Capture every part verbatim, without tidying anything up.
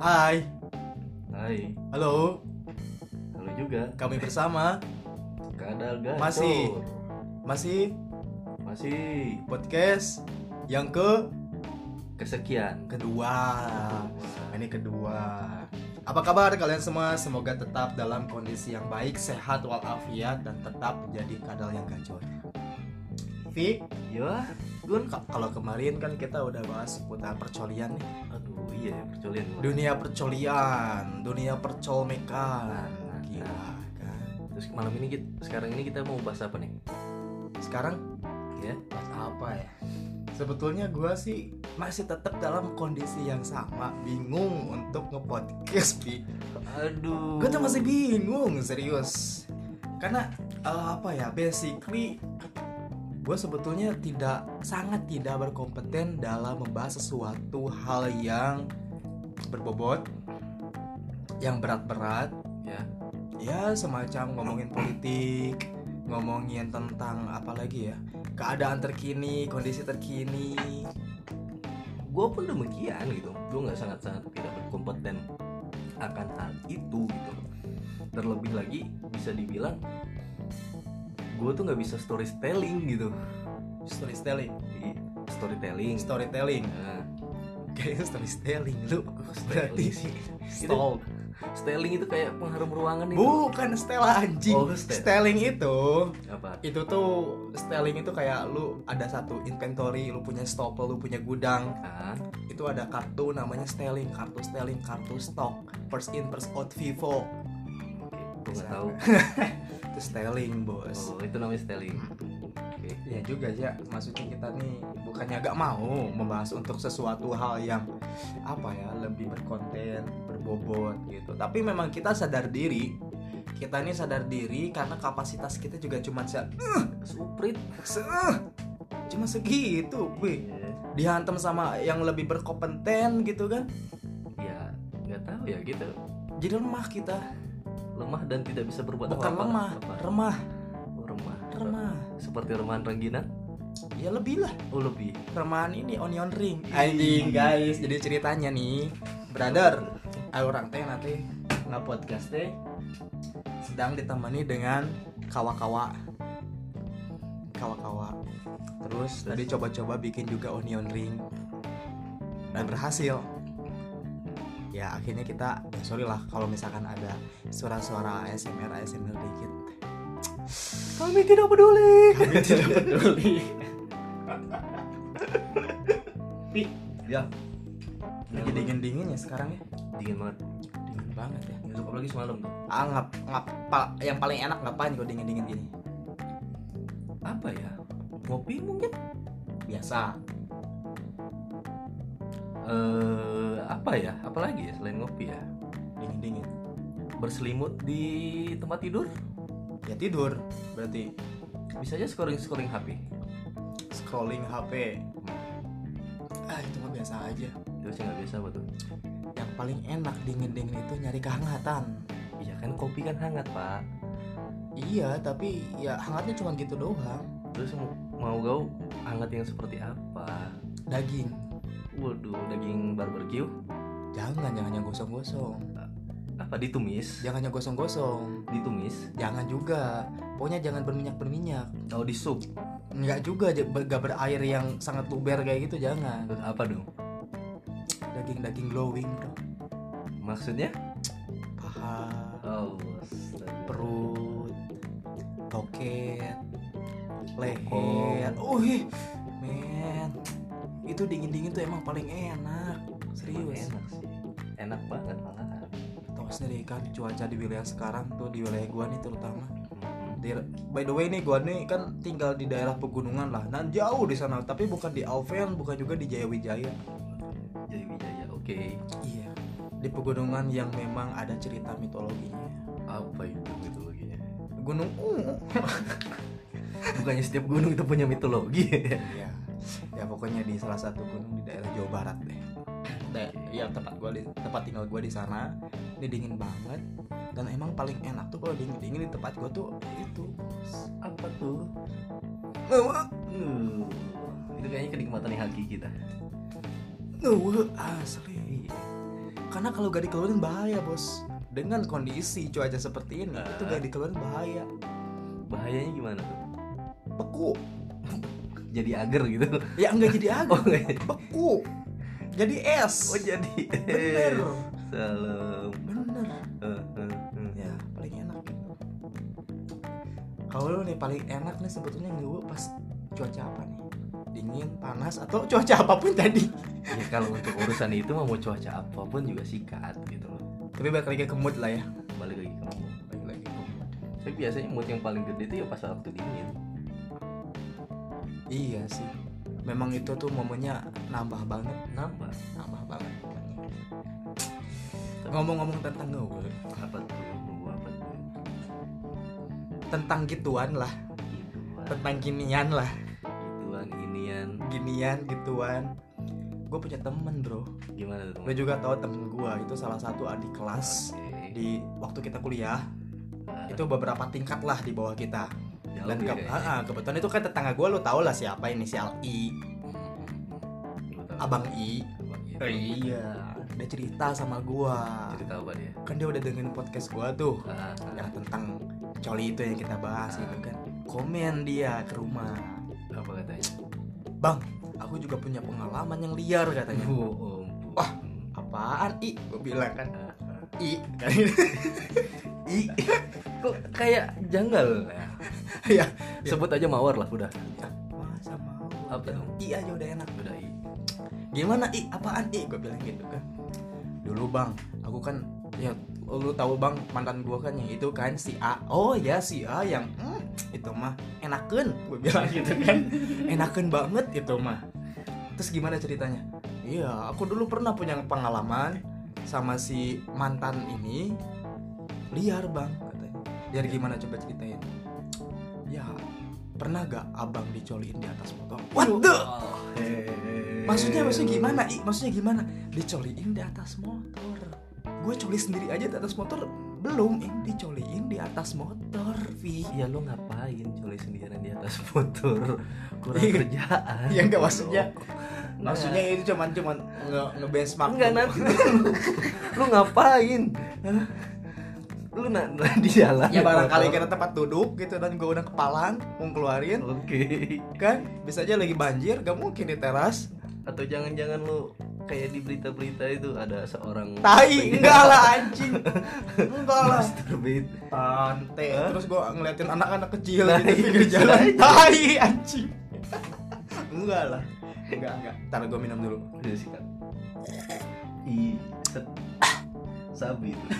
Hai, Hai, halo, halo juga. kami bersama Kadal Gacor. Masih. masih Masih podcast yang ke kesekian. kedua. Ini kedua. Apa kabar kalian semua? Semoga tetap dalam kondisi yang baik, sehat walafiat dan tetap menjadi kadal yang gacor. Vi, Ya, Gun. ka- kalau kemarin kan kita udah bahas seputar percolian nih. Aduh, iya percolian gua. Dunia percolian, dunia percolmekan. Nah, Gila nah. kan. Terus malam ini kita, sekarang ini kita mau bahas apa nih? Sekarang Ya, bahas apa ya? Sebetulnya gue sih masih tetap dalam kondisi yang sama, bingung untuk nge-podcast, Pi. aduh. Gue tuh masih bingung, serius. Karena eh, apa ya, basically gue sebetulnya tidak sangat tidak berkompeten dalam membahas sesuatu hal yang berbobot, yang berat-berat. Ya, Ya semacam ngomongin politik, ngomongin tentang apa lagi ya, keadaan terkini, kondisi terkini. gue pun demikian gitu. Gue nggak sangat-sangat tidak berkompeten akan hal itu gitu. Terlebih lagi bisa dibilang gue tuh nggak bisa storytelling gitu. Storytelling, Di- Storytelling. storytelling, Nah, kayaknya storytelling lu Styling sih. stall. Styling itu kayak pengharum ruangan itu. Bukan stella anjing. Oh, stella. Styling itu, Apa? itu tuh styling itu kayak lu ada satu inventory, lu punya stok, lu punya gudang. Ah, Itu ada kartu namanya styling, kartu styling, kartu stok, first in first out Vivo. oke. Gue nggak tahu. Itu styling, bos. Oh, itu namanya styling. Oke. Ya juga ya, maksudnya kita nih bukannya gak mau membahas untuk sesuatu hal yang apa ya, lebih berkonten, berbobot gitu. Tapi memang kita sadar diri, kita ini sadar diri karena kapasitas kita juga cuma se, Suprit. se cuma segitu, wih. Iya. Dihantam sama yang lebih berkompeten gitu kan. Ya, nggak tahu ya gitu. Jadi lemah kita. Lemah dan tidak bisa berbuat Bukan apa-apa. lemah, Apa? remah, Oh, remah. remah. Seperti remahan rengginang? Ya lebih lah. Oh, lebih. Remahan ini onion ring. Anjing guys, jadi ceritanya nih, brother, ayo orang teh nanti nge-podcast teh sedang ditemani dengan kawa-kawa. Kawa-kawa. Terus tadi coba-coba bikin juga onion ring dan berhasil. Ya akhirnya kita, ya sorry lah kalau misalkan ada suara-suara A S M R A S M R dikit. Kami tidak peduli. Kami tidak peduli. Pi, Ya. lagi dingin-dinginnya sekarang ya. Dingin banget. Dingin banget ya. Besok apalagi semalam tuh. Ah, ngap, ngap, pa- yang paling enak ngapain kalau dingin-dingin gini? Apa ya? Ngopi mungkin? Biasa. Eh, apa ya? Apalagi ya selain ngopi ya? Dingin-dingin. Berselimut di tempat tidur? Ya tidur. Berarti Bisa aja scrolling-scrolling H P. scrolling H P. Ah, itu mah biasa aja. Itu sih nggak biasa apa tuh? Yang paling enak dingin-dingin itu nyari kehangatan. Iya kan kopi kan hangat pak. Iya, tapi ya hangatnya cuma gitu doang. Terus mau, mau gau hangat yang seperti apa? Daging. Waduh, daging barbecue? Jangan, jangan yang gosong-gosong. Apa ditumis? Jangan yang gosong-gosong. Ditumis? Jangan juga. Pokoknya jangan berminyak-berminyak. Oh di sup? Enggak juga, j- ber- gak berair yang sangat luber kayak gitu, jangan. Terus apa dong? Daging-daging glowing dong. Maksudnya? Paha, Oh, astaga. perut, toket, leher. Bokong. Wih, men. Itu dingin-dingin tuh emang paling enak. Emang Serius. enak sih. Enak banget malahan. Tahu sendiri kan cuaca di wilayah sekarang tuh, di wilayah gua nih terutama. Hmm. Di- by the way nih, gua nih kan tinggal di daerah pegunungan lah. Nah, jauh di sana, tapi bukan di Alven, bukan juga di Jayawijaya. Jadi Wijaya, oke. Iya. Di pegunungan yang memang ada cerita mitologinya. Apa itu mitologinya? Gunung Ungu. Bukannya setiap gunung itu punya mitologi? Iya. Ya pokoknya di salah satu gunung di daerah Jawa Barat deh. Da- ya tempat gua di tempat tinggal gua di sana. Ini dingin banget dan emang paling enak tuh kalau dingin-dingin di tempat gua tuh itu. Apa tuh? Uh, Uh, itu kayaknya kenikmatan haki kita. uh, asli. Karena kalau gak dikeluarin bahaya bos. Dengan kondisi cuaca seperti ini, Ah. itu gak dikeluarin bahaya. Bahayanya gimana tuh? Beku. Jadi agar gitu. Ya enggak jadi Oh, agar, enggak. beku. Jadi es. Oh jadi Bener. Salam. Bener. Eh, eh, eh. Ya paling enak gitu. Kalau lu nih paling enak nih sebetulnya ngewe pas cuaca apa nih? Dingin, panas, atau cuaca apapun tadi. Ya kalau untuk urusan itu mah mau cuaca apapun juga sikat gitu loh. Tapi balik lagi ke mood lah ya. Balik lagi ke mood. Balik lagi ke mood. Tapi biasanya mood yang paling gede itu ya pas waktu dingin. Iya sih. Memang itu tuh momennya nambah banget, Nambah. nambah banget. Ngomong-ngomong tentang ngewe, Apa tuh? Nunggu apa tuh? tentang gituan lah, Gituan. tentang ginian lah, Gituan inian. ginian gituan. Gue punya temen bro. Gimana tuh? Lo juga tahu temen gue itu salah satu adik kelas Oke. di waktu kita kuliah. Ah, Itu beberapa tingkat lah di bawah kita. jauh Dan ya ke- kayaknya. ah, ah, kebetulan itu kan tetangga gue, lo tau lah siapa inisial I, Gua tahu. Abang I. Abang I. Oh, iya, dia cerita sama gue. Cerita apa dia? Kan dia udah dengerin podcast gue tuh, Ah, ah. yang tentang coli itu yang kita bahas gitu kan. Komen dia ke rumah, Apa katanya? bang, aku juga punya pengalaman yang liar katanya. Oh, ampun. Wah. Apaan I? Gue bilang kan, Ah, ah. I kan. I, kok kayak janggal ya? Ya, Sebut aja mawar lah udah. masa mau? Apa dong? I aja udah enak. Udah I. Gimana I? Apaan I? Gue bilang gitu kan. Dulu bang, aku kan ya lu tahu bang, mantan gua kan yang itu kan si A. Oh ya si A yang hmm, itu mah enaken, gue bilang gitu kan. Enaken banget itu mah. Terus gimana ceritanya? Iya, aku dulu pernah punya pengalaman sama si mantan ini liar bang katanya. Liar gimana coba ceritain? Ya pernah gak abang dicoliin di atas motor? What the? Oh, hehehe. Maksudnya maksudnya gimana? I, maksudnya gimana? Dicoliin di atas motor. Gue coli sendiri aja di atas motor belum, ini dicoliin di atas motor, Vi. Ya lo ngapain coli sendirian di atas motor? Kurang Iya. kerjaan. Iya, enggak, maksudnya- Nggak. Maksudnya itu cuman cuman nge nge-benchmark. enggak nanti lu, lu ngapain? Hah? Lu na, na di jalan. Ya barangkali kita tempat duduk gitu dan gue udah kepalang mau keluarin Oke. kan, bisa aja lagi banjir, gak mungkin di teras. Atau jangan-jangan lu kayak di berita-berita itu ada seorang Tai, pengen enggak lah anjing. Enggak lah. masturbate. Tante, Hah? terus gue ngeliatin anak-anak kecil Nah, gitu di pinggir iya, jalan. iya. Tai anjing. Enggak lah. Enggak, enggak. Ntar gue minum dulu. Udah sikat. Ih, set. Sabi itu.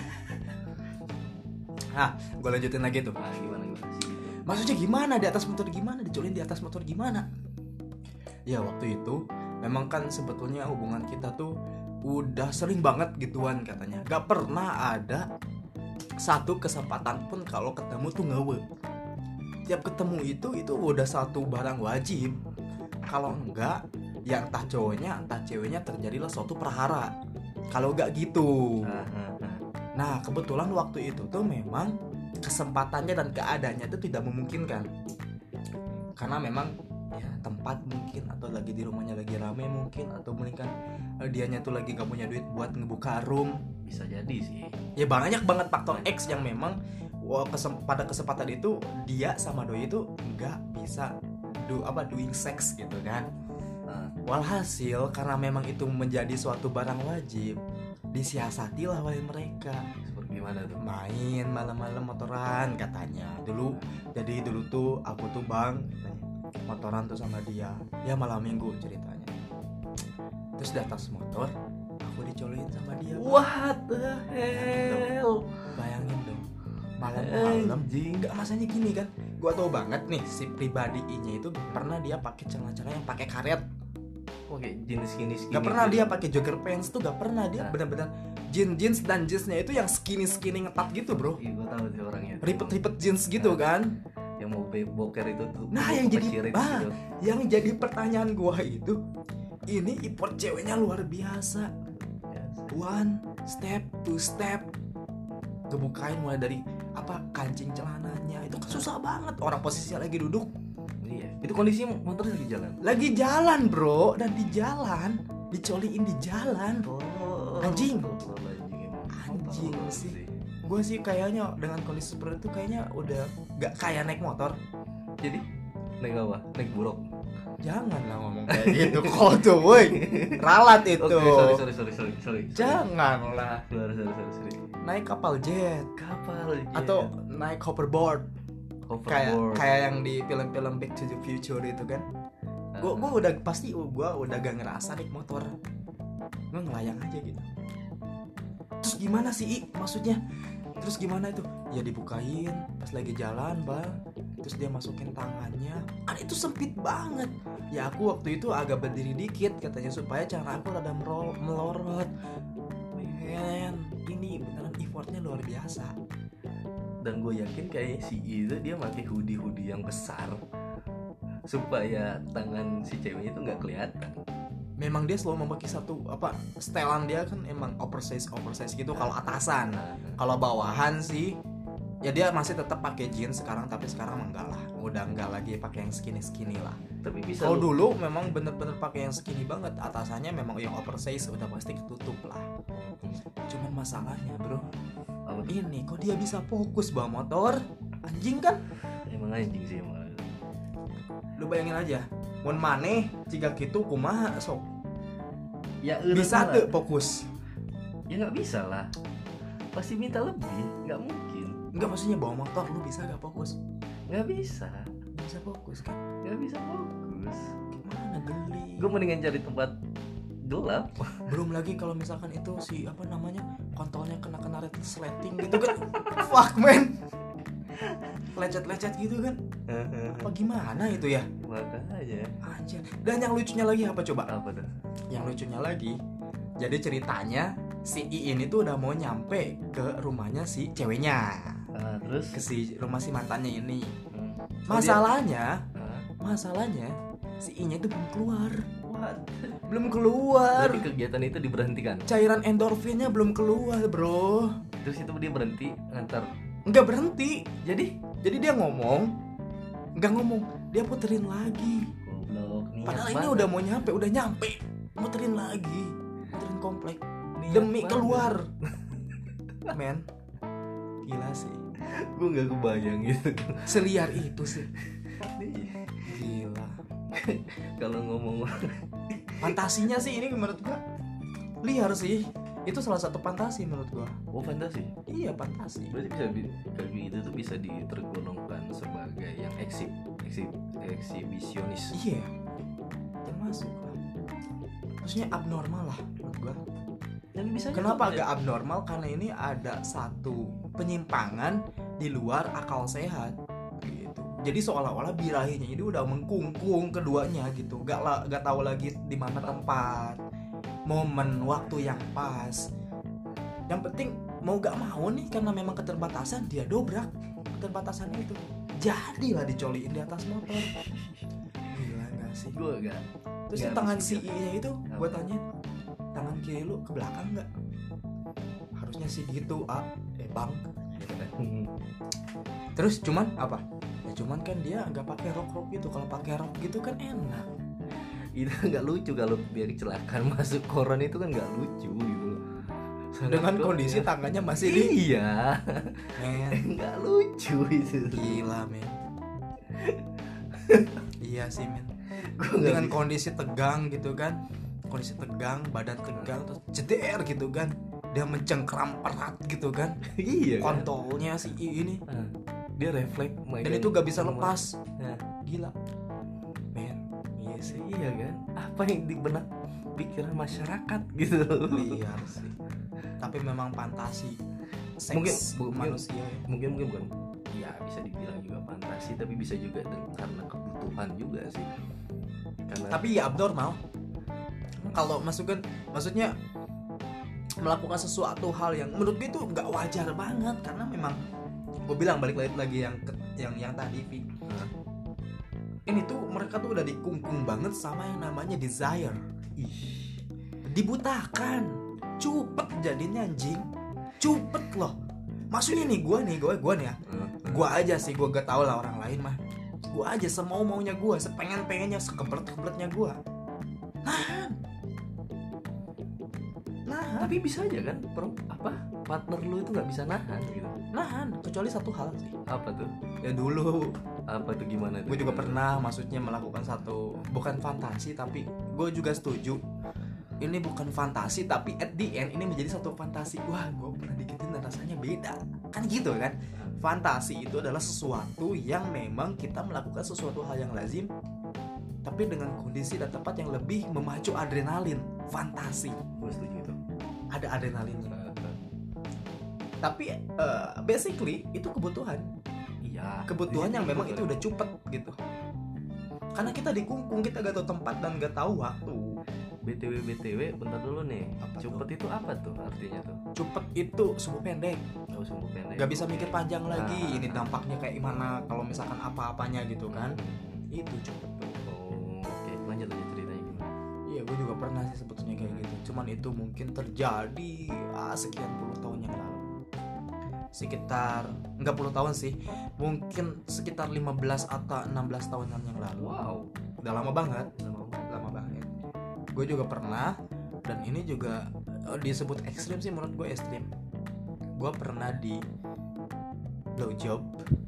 Nah, gue lanjutin lagi tuh. Nah, gimana gimana sih? Maksudnya gimana di atas motor gimana? Dicolin di atas motor gimana? Ya waktu itu memang kan sebetulnya hubungan kita tuh udah sering banget gituan katanya. Gak pernah ada satu kesempatan pun kalau ketemu tuh ngewe. Tiap ketemu itu itu udah satu barang wajib. Kalau enggak, ya entah cowoknya entah ceweknya terjadilah suatu perhara. Kalau enggak gitu. Ah, ah, ah. Nah kebetulan waktu itu tuh memang kesempatannya dan keadaannya itu tidak memungkinkan. Karena memang ya tempat mungkin, atau lagi di rumahnya lagi rame mungkin, atau mungkin kan eh, dianya tuh lagi gak punya duit buat ngebuka room. Bisa jadi sih. Ya banyak banget faktor X yang memang wah, kesem- pada kesempatan itu dia sama doi itu nggak bisa do apa doing sex gitu kan. Ah, Walhasil karena memang itu menjadi suatu barang wajib, disiasatilah oleh mereka. seperti gimana tuh? Main malam-malam motoran katanya. Dulu jadi dulu tuh aku tuh bang motoran tuh sama dia. Ya malam minggu ceritanya. Terus di atas motor aku dicolin sama dia. Bang. What the hell? Bayangin dong. Malam-malam. Anjing. Enggak, masanya gini kan. Gua tau banget nih si pribadinya itu pernah dia pakai celana-celana yang pakai karet. Oke, jenis skinny skinny. Gak pernah dia pakai jogger pants tuh, gak pernah dia Nah. benar-benar jeans jeans dan jeansnya itu yang skinny skinny ngetat gitu bro. Iya, gua tahu tuh orangnya. Ripet-ripet jeans gitu kan. Yang mau be- boker itu tuh. Nah, yang jadi- pecirit ah. gitu. Yang jadi pertanyaan gua itu, ini import ceweknya luar biasa. Biasa. One step, two step, kebukain mulai dari apa kancing celananya itu kan susah banget. Orang posisinya lagi duduk, Iya. Itu kondisinya motor lagi jalan. lagi jalan bro, dan di jalan dicoliin di jalan. Oh. Anjing. Astagfirullahaladzim. anjing Tolol sih. Gue sih kayaknya dengan kondisi seperti itu kayaknya udah gak kayak naik motor. Jadi naik apa? Naik buruk. Jangan lah ngomong kayak gitu kok tuh woi. Ralat itu. Oke, sorry sorry sorry sorry sorry. Jangan lah. Sorry sorry sorry. sorry. Naik kapal jet Kapal jet. atau naik hoverboard. Kayak Hoverboard. kayak yang di film-film Back to the Future itu kan. Gue gue udah pasti gue udah gak ngerasa naik motor. Gue ngelayang aja gitu. Terus gimana sih I? Maksudnya terus gimana itu? Ya dibukain pas lagi jalan bang. Terus dia masukin tangannya. Kan itu sempit banget. Ya aku waktu itu agak berdiri dikit katanya supaya cara aku rada merol- melorot. Men, ini beneran effortnya luar biasa. Dan gue yakin kayak si I itu dia pakai hoodie hoodie yang besar supaya tangan si ceweknya itu nggak kelihatan. Memang dia selalu memakai satu apa setelan dia kan emang oversize oversize gitu kalau atasan. Kalau bawahan sih ya dia masih tetap pakai jeans sekarang tapi sekarang enggak lah. Udah enggak lagi pakai yang skinny skinny lah. Tapi bisa Kalau lu- dulu memang bener-bener pakai yang skinny banget, atasannya memang yang oversize udah pasti ketutup lah. Cuman masalahnya bro, apa tuh? ini kok dia bisa fokus bawa motor? Anjing kan? Emang anjing sih emang. Lu bayangin aja, mun maneh jika gitu kumaha sok Ya bisa lah. tuh fokus. Ya nggak bisa lah. Pasti minta lebih, nggak mungkin. Enggak maksudnya bawa motor lu bisa gak fokus? Nggak bisa, Bisa fokus kan? nggak bisa fokus. Gimana geli? Gue mendingan cari tempat gelap. Belum lagi kalau misalkan itu si apa namanya kontolnya kena kena resleting gitu kan? Fuck man. Lecet-lecet gitu kan? Apa gimana itu ya? Makanya. Anjir. Dan yang lucunya lagi apa coba? Apa tuh? Yang lucunya lagi, jadi ceritanya si I ini tuh udah mau nyampe ke rumahnya si ceweknya, Ah, terus? ke si rumah si mantannya ini. Hmm. Masalahnya, Ah, masalahnya si I-nya itu belum keluar, what? belum keluar. Berarti kegiatan itu diberhentikan. Cairan endorfinnya belum keluar, bro. Terus itu dia berhenti ngantar. Nggak berhenti. Jadi Jadi dia ngomong, nggak ngomong, dia puterin lagi. goblok niat Padahal ini banget. udah mau nyampe, udah nyampe, muterin lagi, muterin komplek Niat demi banget. keluar. Men, gila sih. Gue nggak kebayang gitu. Seliar itu sih. Iya. Gila. Kalau ngomong Fantasinya sih ini menurut gua liar sih. Itu salah satu fantasi menurut gua. oh fantasi. Iya, fantasi. Berarti bisa di, kayak gitu tuh bisa ditergolongkan sebagai yang eksib, eksib, eksibisionis. Iya. Termasuk lah. Maksudnya abnormal lah menurut gua. Dan bisa aja Kenapa tuh, agak abnormal? Karena ini ada satu penyimpangan di luar akal sehat gitu. Jadi seolah-olah birahinya ini udah mengkungkung keduanya gitu. Gak lah, gak tahu lagi di mana tempat, momen, waktu yang pas. Yang penting mau gak mau nih karena memang keterbatasan dia dobrak keterbatasannya itu. Jadilah dicoliin di atas motor. Gila gak sih? gue agak Terus nggak di tangan habis si pikir. I-nya itu Apa? gue tanya, tangan kiri lu ke belakang nggak? Harusnya sih gitu, ah, eh bang. Gitu kan. Hmm. Terus cuman apa? Ya cuman kan dia nggak pakai rok rok gitu. Kalau pakai rok gitu kan enak. Itu nggak lucu kalau dia kecelakaan masuk koran itu kan nggak lucu gitu. Sangat Dengan konyol. kondisi tangannya masih di. Iya, Men, nggak lucu itu. gila men. Iya sih men. Gua nggak Dengan bisa. kondisi tegang gitu kan, kondisi tegang, badan tegang, terus jeder gitu kan. Dia mencengkram erat gitu kan. Iya kan? Kontolnya si I ini. Ah, dia refleks Dan itu gak bisa sama- lepas. Nah, Gila. Men, iya sih. iya kan? Apa yang di benak pikiran masyarakat gitu? Liar sih. Tapi memang fantasi seks Mungkin- mungkin- manusia ya. Mungkin mungkin bukan. Ya bisa dibilang juga fantasi, tapi bisa juga dan- karena kebutuhan juga sih. Karena Tapi ya abnormal. Kalau masukkan, maksudnya melakukan sesuatu hal yang menurut gue itu nggak wajar banget karena memang gue bilang balik lagi lagi yang ke- yang yang tadi Vi. Hah? Ini tuh mereka tuh udah dikungkung banget sama yang namanya desire. ih, Dibutakan, cupet jadinya anjing, cupet loh. Maksudnya nih gue nih gue gue nih ya, eh, gue aja sih gue gak tau lah orang lain mah. Gue aja semau maunya gue, sepengen pengennya, sekeblet kebletnya gue. Nah, nah, tapi bisa aja kan, pro apa partner lu itu nggak bisa nahan gitu. Nahan, kecuali satu hal sih. Apa tuh? Ya dulu Apa tuh gimana tuh? gue juga pernah, maksudnya melakukan satu, bukan fantasi tapi gue juga setuju. Ini bukan fantasi tapi at the end ini menjadi satu fantasi. Wah, gue pernah dikitin dan rasanya beda. Kan gitu kan? Fantasi itu adalah sesuatu yang memang kita melakukan sesuatu hal yang lazim tapi dengan kondisi dan tempat yang lebih memacu adrenalin. Fantasi. Gue setuju itu. Ada adrenalinnya. Tapi uh, basically itu kebutuhan. Iya. Kebutuhan yang memang itu udah cupet gitu. Karena kita dikungkung, kita gak tahu tempat dan gak tahu waktu. B T W B T W bentar dulu nih. Apa Cupet itu apa tuh artinya tuh? Cupet itu sumbu pendek. Oh, sumbu pendek. Gak bisa mikir panjang lagi. Ah. Ini dampaknya kayak gimana kalau misalkan apa-apanya gitu kan. Itu cupet tuh. Oh, oke. Lanjut aja ceritanya gimana? Iya, gue juga pernah sih sebetulnya kayak gitu. Cuman itu mungkin terjadi ah, sekian puluh tahun yang lalu. Sekitar enggak puluh tahun sih. Mungkin sekitar lima belas atau enam belas tahunan yang lalu. Wow, Udah lama banget. lama banget. Lama banget. Gue juga pernah, dan ini juga eh, disebut ekstrim sih, menurut gue ekstrim. Gue pernah di blowjob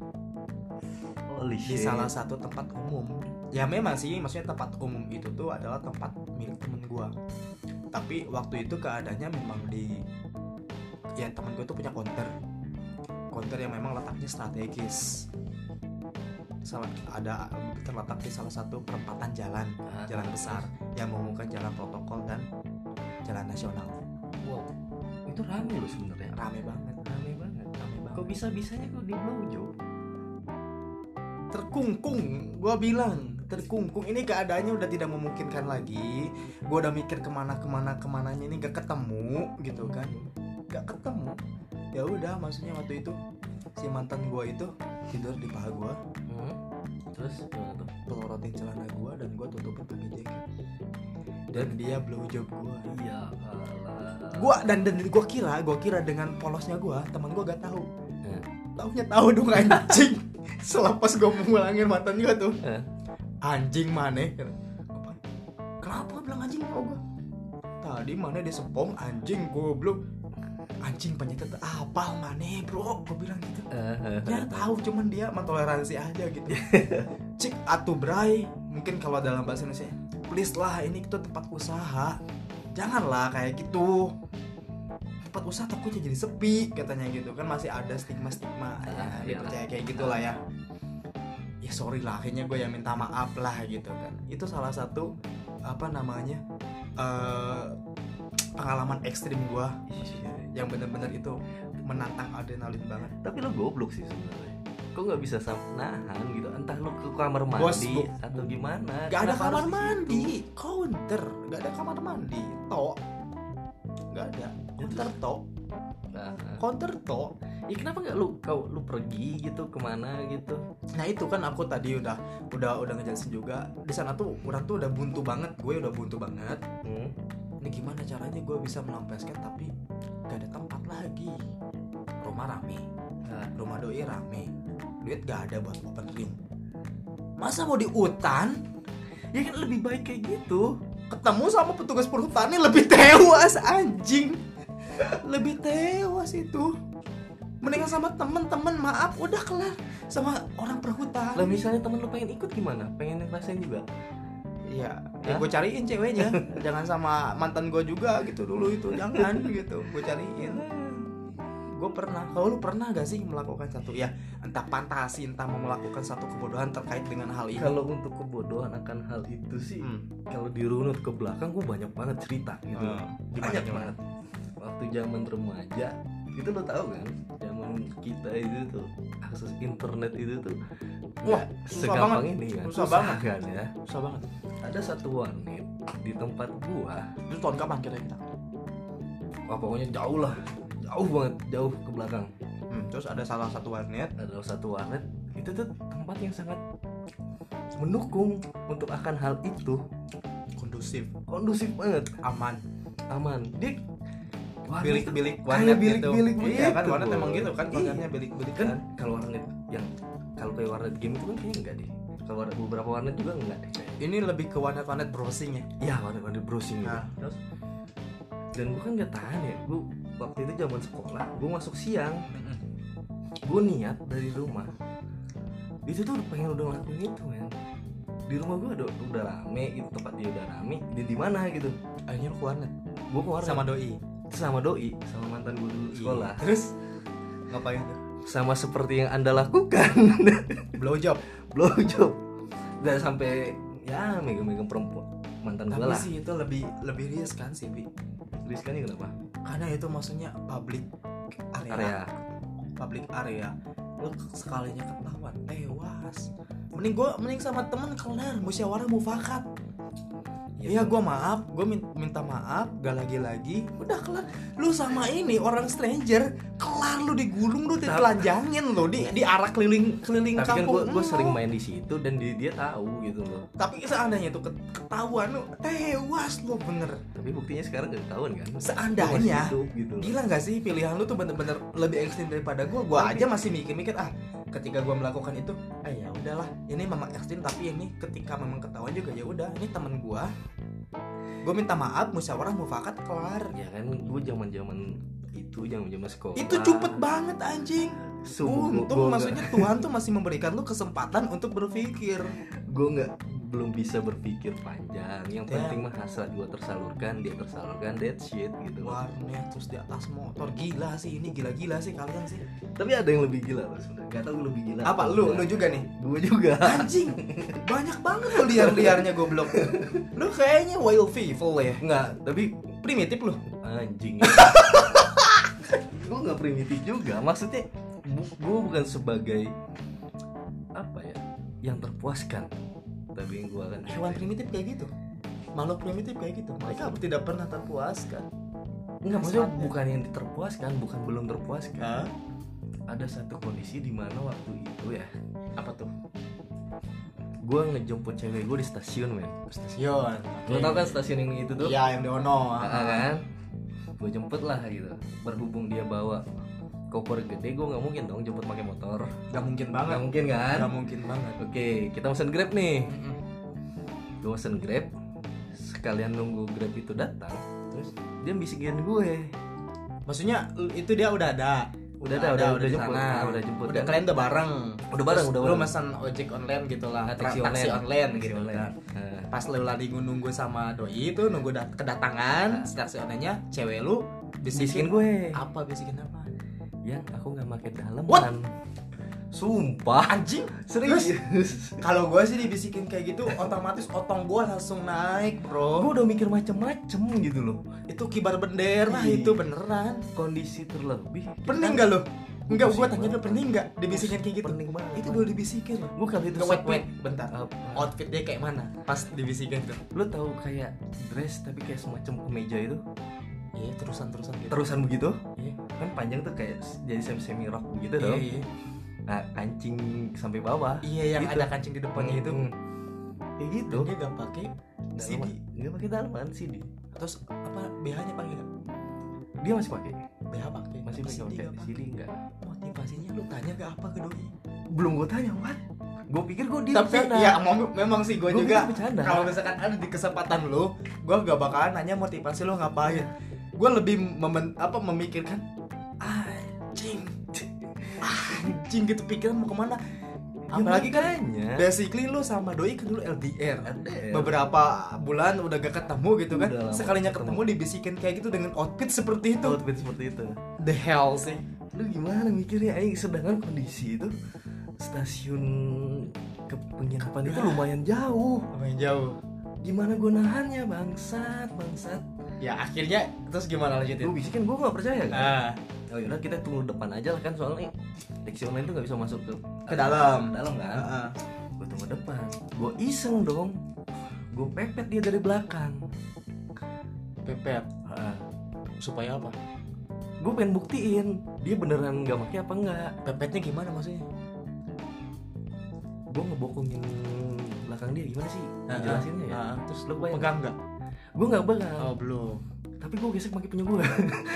Holy di shit. salah satu tempat umum. Ya memang sih, maksudnya tempat umum itu tuh adalah tempat milik temen gue. Tapi waktu itu keadaannya memang di, ya temen gue tuh punya counter, counter yang memang letaknya strategis. Salah, ada terletak di salah satu perempatan jalan, Ah, jalan besar yang menghubungkan jalan protokol dan jalan nasional. Wow, itu rame loh sebenarnya. Rame banget, Rame banget. rame banget. Kok bisa bisanya kok di blowjob? Terkungkung, gua bilang terkungkung. Ini keadaannya udah tidak memungkinkan lagi. Gua udah mikir kemana kemana kemananya ini gak ketemu gitu kan, gak ketemu. Ya udah, maksudnya waktu itu si mantan gua itu tidur di paha gua, Hmm? Terus gimana tuh? pelorotin celana gua dan gua tutupin pakai jaket. Dan dia blowjob gua. Iya, alah. Gua dan dan gua kira, gua kira dengan polosnya gua, teman gua gak tahu. Eh. Taunya tahu dong anjing. Selepas gua ngulangin mantan gua tuh. Eh. Anjing maneh. Apa? Kenapa bilang anjing kok gua? Tadi maneh disepong anjing goblok. Anjing penyakit apa maneh, Bro? Gua bilang gitu. Eh, Ya tahu, cuman dia mentoleransi aja gitu. Cik atuh bray, mungkin kalau dalam bahasa Indonesia, please lah, ini itu tempat usaha, janganlah kayak gitu. Tempat usaha takutnya jadi sepi katanya gitu kan, masih ada stigma stigma ya, Ah, dia iyalah. percaya kayak gitulah ya. Ya sorry lah, akhirnya gue yang minta maaf lah gitu kan. Itu salah satu apa namanya eh, pengalaman ekstrim gue yang benar-benar itu menantang adrenalin banget. Tapi lo goblok sih sebenarnya. Kok nggak bisa sam- nahan gitu? Entah lo ke kamar mandi Bos, bu- atau gimana? Gak ada Kenapa kamar harus di mandi, situ? counter, gak ada kamar mandi, tok, gak ada, counter tok, Nah, counter tok. ya kenapa nggak lu kau lu pergi gitu kemana gitu? Nah itu kan aku tadi udah udah udah ngejelasin juga. Di sana tuh orang tuh udah buntu banget, gue udah buntu banget. Hmm? Ini gimana caranya gue bisa melampiaskan tapi gak ada tempat lagi. Rumah rame, Nah, rumah doi rame, duit gak ada buat open ring. Masa mau di hutan? ya kan lebih baik kayak gitu. Ketemu sama petugas perhutani lebih tewas anjing. Lebih tewas itu. Mendingan sama temen-temen, maaf udah kelar sama orang perhutani. Lah misalnya temen lu pengen ikut gimana? Pengen ngerasain juga? Iya, ya Hah? gue cariin ceweknya. Jangan sama mantan gue juga gitu dulu itu, jangan gitu. Gue cariin. Gue pernah. Kalau lu pernah gak sih melakukan satu ya, entah fantasi, entah mau melakukan satu kebodohan terkait dengan hal ini? Kalau untuk kebodohan akan hal itu sih, Hmm. kalau dirunut ke belakang gue banyak banget cerita gitu. Hmm. Gimana, Banyak gimana? banget. Waktu zaman remaja, itu lo tahu kan? Zaman kita itu tuh akses internet itu tuh Wah, nggak susah segampang banget. ini kan. Susah banget. kan ya. Susah banget. Ada satu warnet di tempat gua. Itu tahun kapan kira-kira? Wah, pokoknya jauh lah. Jauh banget, jauh ke belakang. Hmm, terus ada salah satu warnet. Ada satu warnet, itu tuh tempat yang sangat mendukung untuk akan hal itu. Kondusif, Kondusif banget, aman. aman. Dia warnet Bilik-bilik kayak warnet bilik-bilik gitu. Iya kan, begitu, warnet Boy. emang gitu kan, Iya. konsepnya bilik-bilik kan kan. kalau warnet yang kalau kayak warnet game itu kan kayaknya enggak deh. Kalau warnet beberapa warnet juga enggak deh kayaknya. Ini lebih ke warnet-warnet browsing ya. Iya, warnet-warnet browsing gitu. Nah, terus Dan gue kan nggak tahan ya, gue waktu itu zaman sekolah, gue masuk siang. Gue niat dari rumah itu tuh pengen udah ngelakuin itu men. Di rumah gue udah, udah rame gitu, tempat dia udah rame. Dia di mana gitu? Akhirnya lu keluar nggak? Gue keluar Sama doi. sama doi, sama mantan gue dulu sekolah. Terus ngapain tuh? Sama seperti yang anda lakukan. Blow job. Blow job. Dan sampai ya megang-megang perempuan mantan gue Tapi lah. sih itu lebih lebih riskan sih, Bi. Riskannya kenapa? Karena itu maksudnya public area. Area. Public area. Lu sekalinya ketahuan tewas. Mending gue mending sama temen kelar musyawarah mufakat. Iya, gue maaf, gue minta maaf, gak lagi-lagi, udah kelar. Lu sama ini orang stranger, kelar lu digulung, lu ditelanjangin lu di di arah keliling keliling Tapi kampung. kan gue sering main di situ dan dia, dia tahu gitu loh. Tapi seandainya tuh ketahuan lu tewas lu bener. Tapi buktinya sekarang gak ketahuan kan? Seandainya, hidup, gitu loh. Gila gak sih pilihan lu tuh bener-bener lebih ekstrim daripada gue. Gue aja masih mikir-mikir ah, ketika gue melakukan itu, eh ya udahlah, ini memang ekstrim tapi ini ketika memang ketahuan juga ya udah, ini temen gue. Gue minta maaf, musyawarah mufakat kelar. Ya kan gue zaman-zaman itu, zaman-zaman sekolah. Itu cepet banget anjing. Sungguh, Untung gua maksudnya gak, Tuhan tuh masih memberikan lu kesempatan untuk berpikir. gue nggak belum bisa berpikir panjang. Yang Ya. penting mah hasrat gue tersalurkan, dia tersalurkan, that shit gitu loh. Warnet terus di atas motor, gila sih ini, gila-gila sih kalian sih. Tapi ada yang lebih gila loh sebenarnya. Gak tau gue lebih gila. Apa lu? Lu juga nih? Gue juga. Anjing, banyak banget lu liar-liarnya goblok. Lu kayaknya wild people ya. Nggak, tapi Primitif lu. anjing. Gue nggak primitif juga. Maksudnya gue bukan sebagai apa ya, yang terpuaskan. Tapi yang gue akan Hewan primitif kayak gitu. Makhluk primitif kayak gitu. Mereka tidak pernah terpuaskan. Enggak, maksudnya Hasratnya. bukan yang terpuaskan, bukan belum terpuaskan. Hah? Ada satu kondisi di mana waktu itu ya, Apa tuh? gue ngejemput cewek gue di stasiun men. Stasiun. Lo tau kan stasiun yang itu tuh? Iya, yang di Ono. Nah, kan? Gue jemput lah gitu. Berhubung dia bawa koper gede, gue nggak mungkin dong jemput pakai motor. Gak mungkin Nggak banget. mungkin kan? Gak mungkin banget. Oke, kita pesen Grab nih. Mm-mm. Gue pesen Grab. Sekalian nunggu Grab itu datang, Terus? dia bisikin gue. Maksudnya itu dia udah ada. Udah ada, udah, udah di jemput. sana. Nah, udah jemput Udah kan? kalian udah bareng. Udah bareng, Terus udah lu bareng. pesan ojek online gitu lah. Nah, taksi Taksi online. online Taksi gitu online. kan. Nah. Pas lu lagi nunggu sama doi itu nunggu dat- kedatangan Nah. taksi online-nya, cewek lu Bisikin bisikin gue. apa? Bisikin apa? Ya, aku nggak pakai daleman. What? Sumpah. Anjing. Serius. Kalau gue sih dibisikin kayak gitu, otomatis otong gue langsung naik, bro. Gue udah mikir macem-macem gitu loh. Itu kibar bendera, Iya. itu beneran. Kondisi terlebih. Pening gak lo? Enggak, gue Pusing tanya banget. dulu pening gak dibisikin kayak gitu? Pening banget. Itu baru dibisikin loh. Gue kali itu Nggak, wait, sampai- wait, bentar. Apa? Outfit dia kayak mana pas dibisikin tuh? Lo tahu kayak dress tapi kayak semacam kemeja itu Iya, terusan-terusan gitu. terusan begitu Iya. kan panjang tuh kayak jadi semi semi rok begitu Iya, dong. iya. Nah kancing sampai bawah. Iya, yang Gitu. ada kancing di depannya itu. Hmm. Kayak gitu. Dan dia gak pakai C D. Nggak pakai daleman C D. Terus apa B H-nya pakai gak? Dia masih pakai. B H pakai. Masih C D pakai gak C D enggak. Motivasinya lu tanya gak apa ke doi? Belum gue tanya what. Gue pikir gue dia Tapi bercanda. ya mem- memang sih gue Gua juga pikir bercanda. kalau misalkan ada di kesempatan lu, gue gak bakalan nanya motivasi lu ngapain. Gue lebih memen, apa memikirkan anjing, anjing gitu pikiran mau kemana. Apalagi kan makanya. basically lu sama doi kan dulu L D R. L D R. Beberapa bulan udah gak ketemu gitu kan. Udah lama Sekalinya ketemu. ketemu dibisikin kayak gitu dengan outfit seperti itu. Outfit seperti itu. The hell sih. Lu gimana mikirnya aing, sedangkan kondisi itu stasiun ke penginapan itu lumayan jauh. Lumayan jauh. Gimana gue nahannya bangsat bangsat. Ya akhirnya terus gimana Gue lanjutin? bisikin gue nggak percaya kan. Ah, Oh yaudah kita tunggu depan aja lah kan, soalnya taksi online tuh nggak bisa masuk ke Ke dalam. ke dalam kan. ah, ah. Gue tunggu depan. Gue iseng dong. Gue pepet dia dari belakang. Pepet. Ah, Supaya apa? gue pengen buktiin dia beneran nggak pakai apa enggak. Pepetnya gimana maksudnya? Gue ngebokongin belakang dia gimana sih? Ah, Jelasinnya ya. ah, ah. Terus Lu bayang? pegang nggak? Gue nggak pegang. Oh belum. Tapi gue gesek pakai punya gue.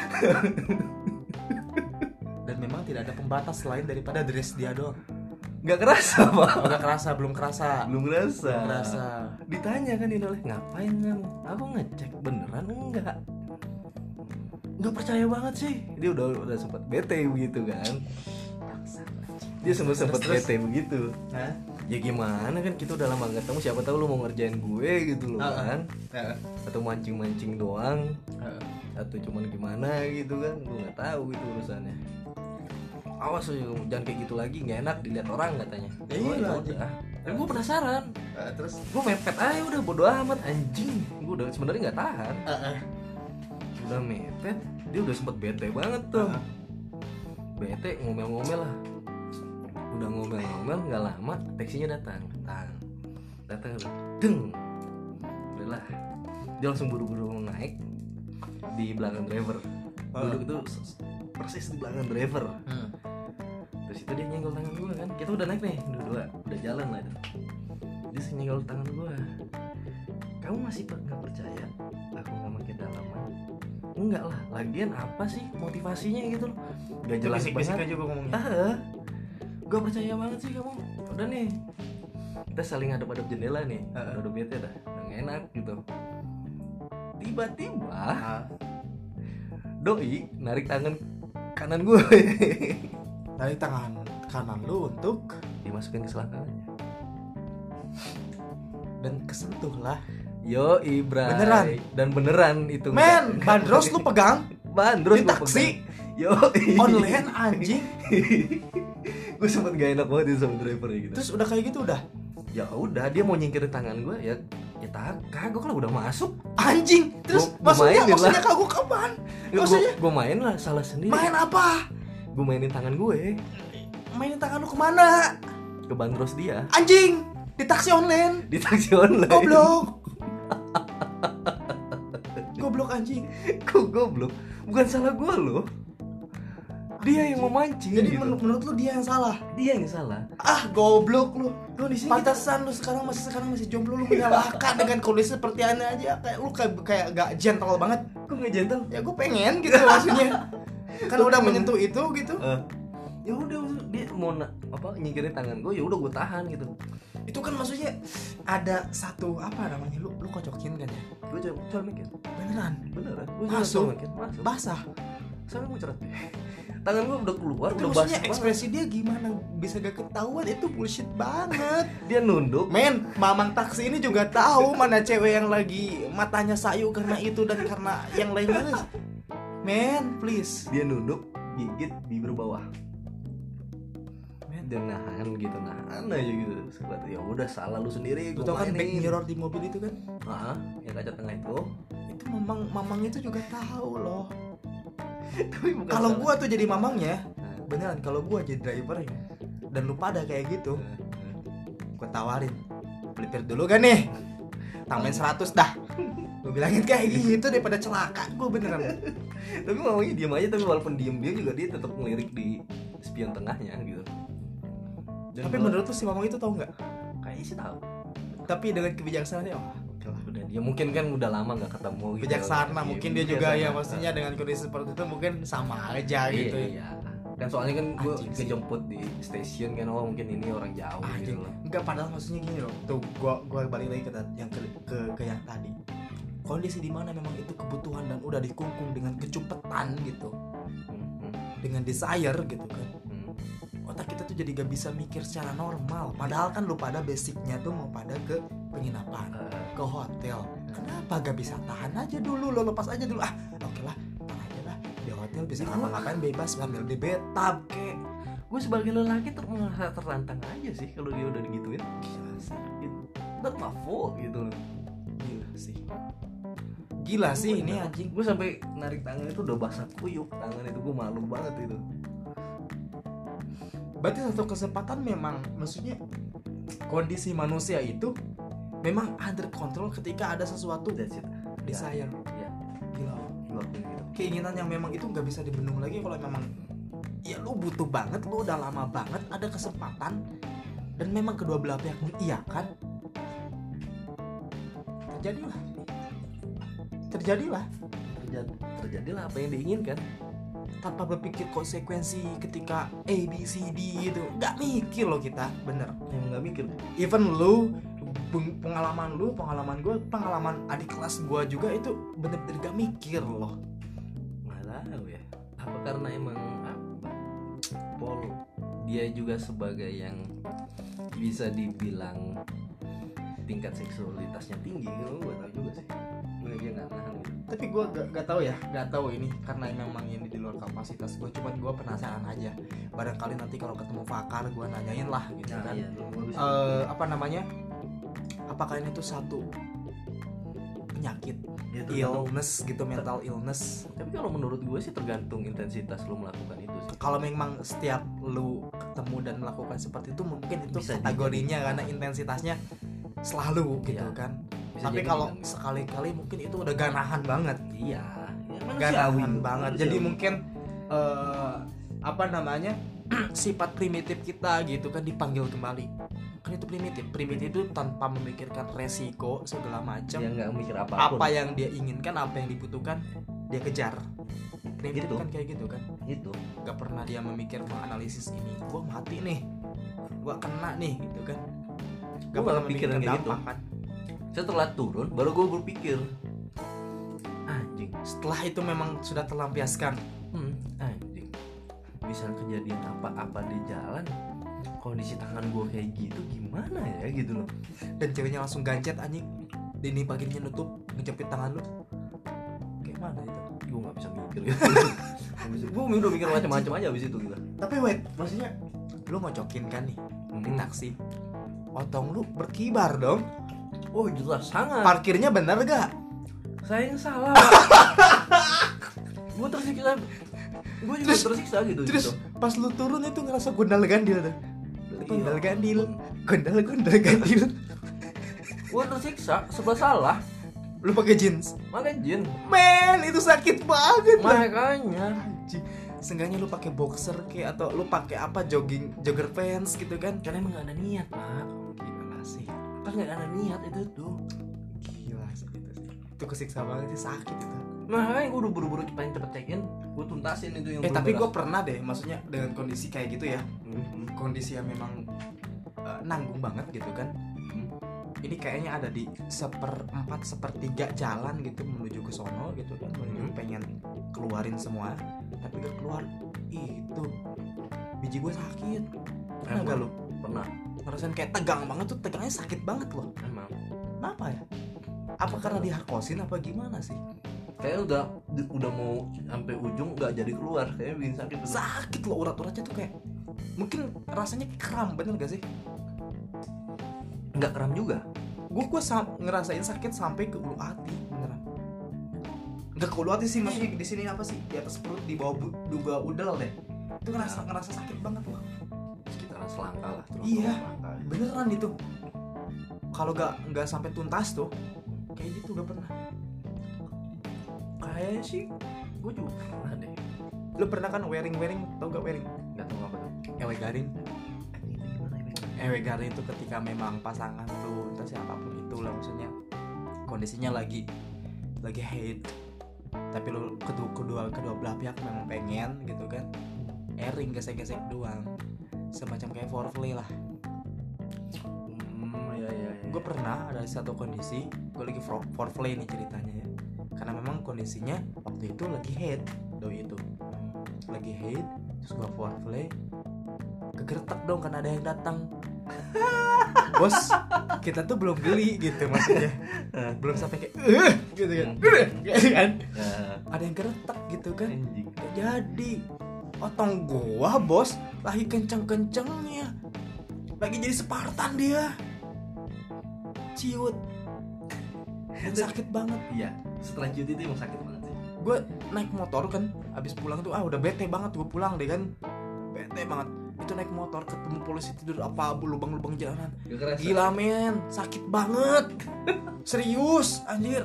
Dan memang tidak ada pembatas lain daripada dress dia doang. Nggak kerasa pak. Oh, nggak kerasa, belum kerasa. Belum kerasa. Belum kerasa. Ditanya kan ini oleh ngapain kamu? Aku ngecek beneran enggak. nggak percaya banget sih. Dia udah udah sempat bete begitu kan. Dia sempat sempat bete begitu. Hah? Ya gimana kan, kita udah lama nggak ketemu, siapa tahu lu mau ngerjain gue gitu loh. Uh-uh. Kan Uh-uh. atau mancing-mancing doang, Uh-uh. atau cuman gimana gitu kan, gue nggak tahu itu urusannya. Awas lu, jangan kayak gitu lagi, nggak enak dilihat orang katanya. Ya Oh, iya, ya udah. Dan gue penasaran, Uh, terus gue mepet aja udah, bodo amat anjing. Gue udah sebenarnya nggak tahan, uh-uh. udah mepet, dia udah sempet bete banget tuh. Uh-uh. Bete ngomel-ngomel lah, udah ngomel-ngomel nggak lama taksinya datang, datang, datang, deng, udahlah, dia langsung buru-buru naik di belakang driver, duduk itu persis di belakang driver. Hmm. Terus itu dia nyenggol tangan gue kan, kita udah naik nih, dua-dua, udah jalan lah itu. Dia nyenggol tangan gue, kamu masih nggak percaya aku nggak pakai dalaman? Enggak lah, lagian apa sih motivasinya gitu loh, nggak jelas Bisik-bisik banget. aja gue ngomongnya. Ah, gue percaya banget sih kamu. Udah nih, kita saling hadap-hadap jendela nih. Uh-uh. Udah bete dah, udah gak enak gitu. Tiba-tiba Ah. doi narik tangan kanan gue, Dari tangan kanan lu untuk dimasukin ke selangkangannya. dan kesentuh lah. Yo Ibra. Beneran? Dan beneran itu. Men, bandros lu pegang bandros di taksi Yo. online anjing. Gue sempet gak enak banget itu sama driver gitu. Terus udah kayak gitu udah. Ya udah, dia mau nyingkirin tangan gue, ya ya tak kagak kalau udah masuk. Anjing. Terus Gua- gua maksudnya mainin maksudnya lah. kagok kapan? Gue Maksudnya gue main lah, salah sendiri. main apa? Gue mainin tangan gue Mainin tangan lu kemana? ke bandros dia Anjing. Di taksi online. di taksi online. Goblok. Goblok anjing. Kok goblok? Bukan salah gue loh. Dia yang mau mancing. Jadi gitu. menurut, menurut lu dia yang salah. Dia yang salah. Ah, goblok lu. Lu di sini Pantasan lu sekarang masih sekarang masih jomblo, lu menyalahkan dengan kondisi seperti ini aja, kayak lu kayak kayak gak gentle banget. kok nggak gentle? Ya gue pengen gitu maksudnya. Kan udah menyentuh itu gitu. Eh, ya udah dia mau na- apa nyingkirin tangan gue, ya udah gue tahan gitu. Itu kan maksudnya ada satu apa namanya, lu lu kocokin kan ya? Gue coba coba mikir. Beneran. Beneran. Gue Masuk. mikir. Masuk. Basah. Sampai gue ceret. Tangan gue udah keluar, Itu udah maksudnya basah. ekspresi dia gimana bisa gak ketahuan, itu bullshit banget. Dia nunduk. Men, mamang taksi ini juga tahu mana cewek yang lagi matanya sayu karena itu dan karena yang lainnya. Men, please. Dia nunduk, gigit bibir bawah. Dan nahan gitu, nahan aja gitu. Sebat, ya udah salah lu sendiri. Lu Gue tau kan back mainin. mirror di mobil itu kan? Ah, yang kaca tengah itu. Itu mamang mamang itu juga tahu loh. Tapi bukan Kalau salah. gua tuh jadi mamangnya, Nah, beneran kalau gua jadi drivernya dan lu pada kayak gitu, nah, nah. gua tawarin, pelipir dulu kan nih, tambahin seratus dah. Gua bilangin kayak gitu daripada celaka, gua beneran. Tapi mamanya diem aja, tapi walaupun diem dia juga dia tetap ngelirik di spion tengahnya gitu. Dan Tapi kalau- menurut lu si mamang itu tahu nggak? kayaknya sih tahu. Tapi dengan kebijaksanaannya, oh, oke lah. Udah dia mungkin kan udah lama nggak ketemu gitu. Bijaksana, Iya, mungkin dia juga ya bijaksana. maksudnya dengan kondisi seperti itu mungkin sama aja gitu. Iya, iya. Kan soalnya kan gue Anjing sih. ngejemput di stasiun kan, oh mungkin ini orang jauh Anjing. gitu loh. Enggak, padahal maksudnya gini loh. Tuh gua gua balik lagi ke yang ke ke, ke yang tadi. Kondisi di mana memang itu kebutuhan dan udah dikungkung dengan kecupetan gitu. Hmm, hmm, Dengan desire gitu kan. hmm. Otak kita tuh jadi gak bisa mikir secara normal. Padahal kan lu pada basicnya tuh mau pada ke penginapan, Eh, ke hotel. Kenapa gak bisa tahan aja dulu, lo lepas aja dulu. Ah, oke lah, tahan aja lah. Di hotel bisa ngapa-ngapain bebas sambil di bathtub kek. gue sebagai lelaki ter merasa tertantang aja sih kalau dia udah digituin. Gila sih, Gitu. Not my fault gitu loh. gila sih. Gila sih ini anjing. Gue sampai narik tangan itu udah basah kuyup tangan itu, gue malu banget itu. Berarti satu kesempatan memang maksudnya kondisi manusia itu memang under control ketika ada sesuatu That's it. desire. Ya, Gila. gue akuin gitu. Keinginan yang memang itu nggak bisa dibendung lagi kalau memang ya lu butuh banget, lu udah lama banget ada kesempatan dan memang kedua belah pihak mengiyakan, terjadilah terjadilah Terjadi, terjadilah apa yang diinginkan. tanpa berpikir konsekuensi ketika A B C D itu nggak mikir loh kita, bener. Yang nggak mikir. Even lu beng- pengalaman lu pengalaman gue pengalaman adik kelas gue juga itu bener-bener gak mikir loh. Nggak tahu ya. Apa karena emang apa? Paul dia juga sebagai yang bisa dibilang tingkat seksualitasnya tinggi, gue gak tahu juga sih. Gue dia nggak nahan gitu. Tapi gue gak, gak tahu ya, gak tahu ini karena memang ini di luar kapasitas gue. Cuman gue penasaran aja. Barangkali nanti kalau ketemu Fakar gue nanyain lah gitu Nah, kan. iya, lu- lu bisa- Eh, apa namanya? Apakah ini tuh satu penyakit, Ya, tergantung. illness gitu, mental illness? Tapi kalau menurut gue sih tergantung intensitas lu melakukan itu sih. Kalau memang setiap lu ketemu dan melakukan seperti itu, mungkin itu Bisa kategorinya jadi. karena intensitasnya selalu gitu Iya. kan. Bisa Tapi jadi kalau bilang gitu. sekali-kali mungkin itu udah ganahan banget. Iya, ya, manusiawi. Ganahan banget. Jadi Manusiawi. mungkin eh, apa namanya? Sifat primitif kita gitu kan dipanggil kembali. Kan itu primitif. Primitif itu tanpa memikirkan resiko segala macam. dia nggak mikir apapun. Apa yang dia inginkan, apa yang dibutuhkan, dia kejar. Primitif Gitu. kan kayak gitu kan. Itu. Gak pernah dia memikir menganalisis ini. Gua mati nih. Gua kena nih gitu kan. Gua nggak kepikiran kayak gitu. kan. Setelah turun baru gue berpikir, anjing, Setelah itu memang sudah terlampiaskan. hmm, anjing, bisa kejadian apa-apa di jalan, kondisi tangan gue kayak gitu gimana ya gitu loh. Dan ceweknya langsung gancet anjing. Dini paginya nutup, ngejepit tangan lu. Kayak mana itu? Gue nggak bisa mikir gitu. Gue udah mikir macam-macam aja abis itu gitu. Tapi wait, maksudnya lu ngocokin kan nih di Hmm. taksi. Otong lu berkibar dong. Oh jelas sangat. Parkirnya bener gak? Saya yang salah. Gue tersiksa. Gue juga Terus- tersiksa gitu. Terus gitu. pas lu turun itu ngerasa gondal gandil tuh. Gondal Iya. gandil. Gondal gondal gandil. Gue tersiksa, serba salah. Lu pakai jeans. Makanya Jin. Men, itu sakit banget. Bang. Makanya. Anjing. Seenggaknya lu pakai boxer kayak atau lu pakai apa jogging jogger pants gitu kan. Karena emang gak ada niat pak. Gila sih. Kan gak ada niat itu tuh. Gila sih itu sih. Itu kesiksa banget sih, sakit itu. Makanya gue udah buru-buru pengen cepet check in. Gue tuntasin itu yang Eh belum tapi gue beres. pernah deh, maksudnya dengan kondisi kayak gitu ya. Mhm. Kondisi yang memang eh, nanggung banget gitu kan. Mhm. Ini kayaknya ada di seperempat sepertiga jalan gitu menuju ke sono gitu kan, menuju Hmm. pengen keluarin semua tapi gak keluar. Itu biji gue sakit. Pernah Emang? gak lu Pernah. ngerasain kayak tegang banget tuh, tegangnya sakit banget loh. Emang. Kenapa ya? Apa karena diharkosin apa gimana sih? Kayaknya udah udah mau sampai ujung nggak jadi keluar. Kayaknya bikin sakit. Tuh. Sakit loh, urat-uratnya tuh kayak mungkin rasanya kram, bener gak sih? Nggak kram juga. Gue gue sam- ngerasain sakit sampai ke ulu hati beneran. Nggak ke ulu hati sih, maksudnya di sini apa sih, di atas perut, di bawah bu- duga udel deh. Itu ngerasa ngerasa sakit banget loh. Sekitaran selangkah lah. terus Iya. selangkah. Beneran itu. Kalau nggak nggak sampai tuntas tuh kayak gitu gak pernah. Kayaknya sih. Gue juga pernah deh. Lu pernah kan wearing wearing, tau gak wearing? Nggak tahu apa tuh. Ewe garing. Anjing itu gimana ya? Bang? Ewe garing itu ketika memang pasangan lu entah siapapun itu lah, maksudnya kondisinya lagi lagi hate, tapi lu kedua kedua kedua belah pihak memang pengen gitu kan, airing gesek-gesek doang, semacam kayak foreplay lah. Hmm, ya ya ya. Gue pernah ada satu kondisi, gue lagi for- foreplay nih ceritanya ya, karena memang kondisinya waktu itu lagi hate, doi itu lagi hate, terus gue foreplay, kegertak dong karena ada yang datang. Bos, kita tuh belum geli gitu maksudnya, belum sampai kayak eh gitu kan, "Eh," gitu kan, Ya, ada yang geretak gitu kan. anjing. Gak jadi, otong gua bos lagi kenceng-kencengnya, lagi jadi Spartan dia, ciut, dan sakit banget. Iya. Setelah cuti itu emang sakit banget sih. Gue naik motor kan, abis pulang tuh ah udah bete banget gue pulang deh kan, bete banget. Itu naik motor ketemu polisi tidur apa lubang-lubang jalanan. Gak kerasa. Gila men, sakit banget. Serius, anjir.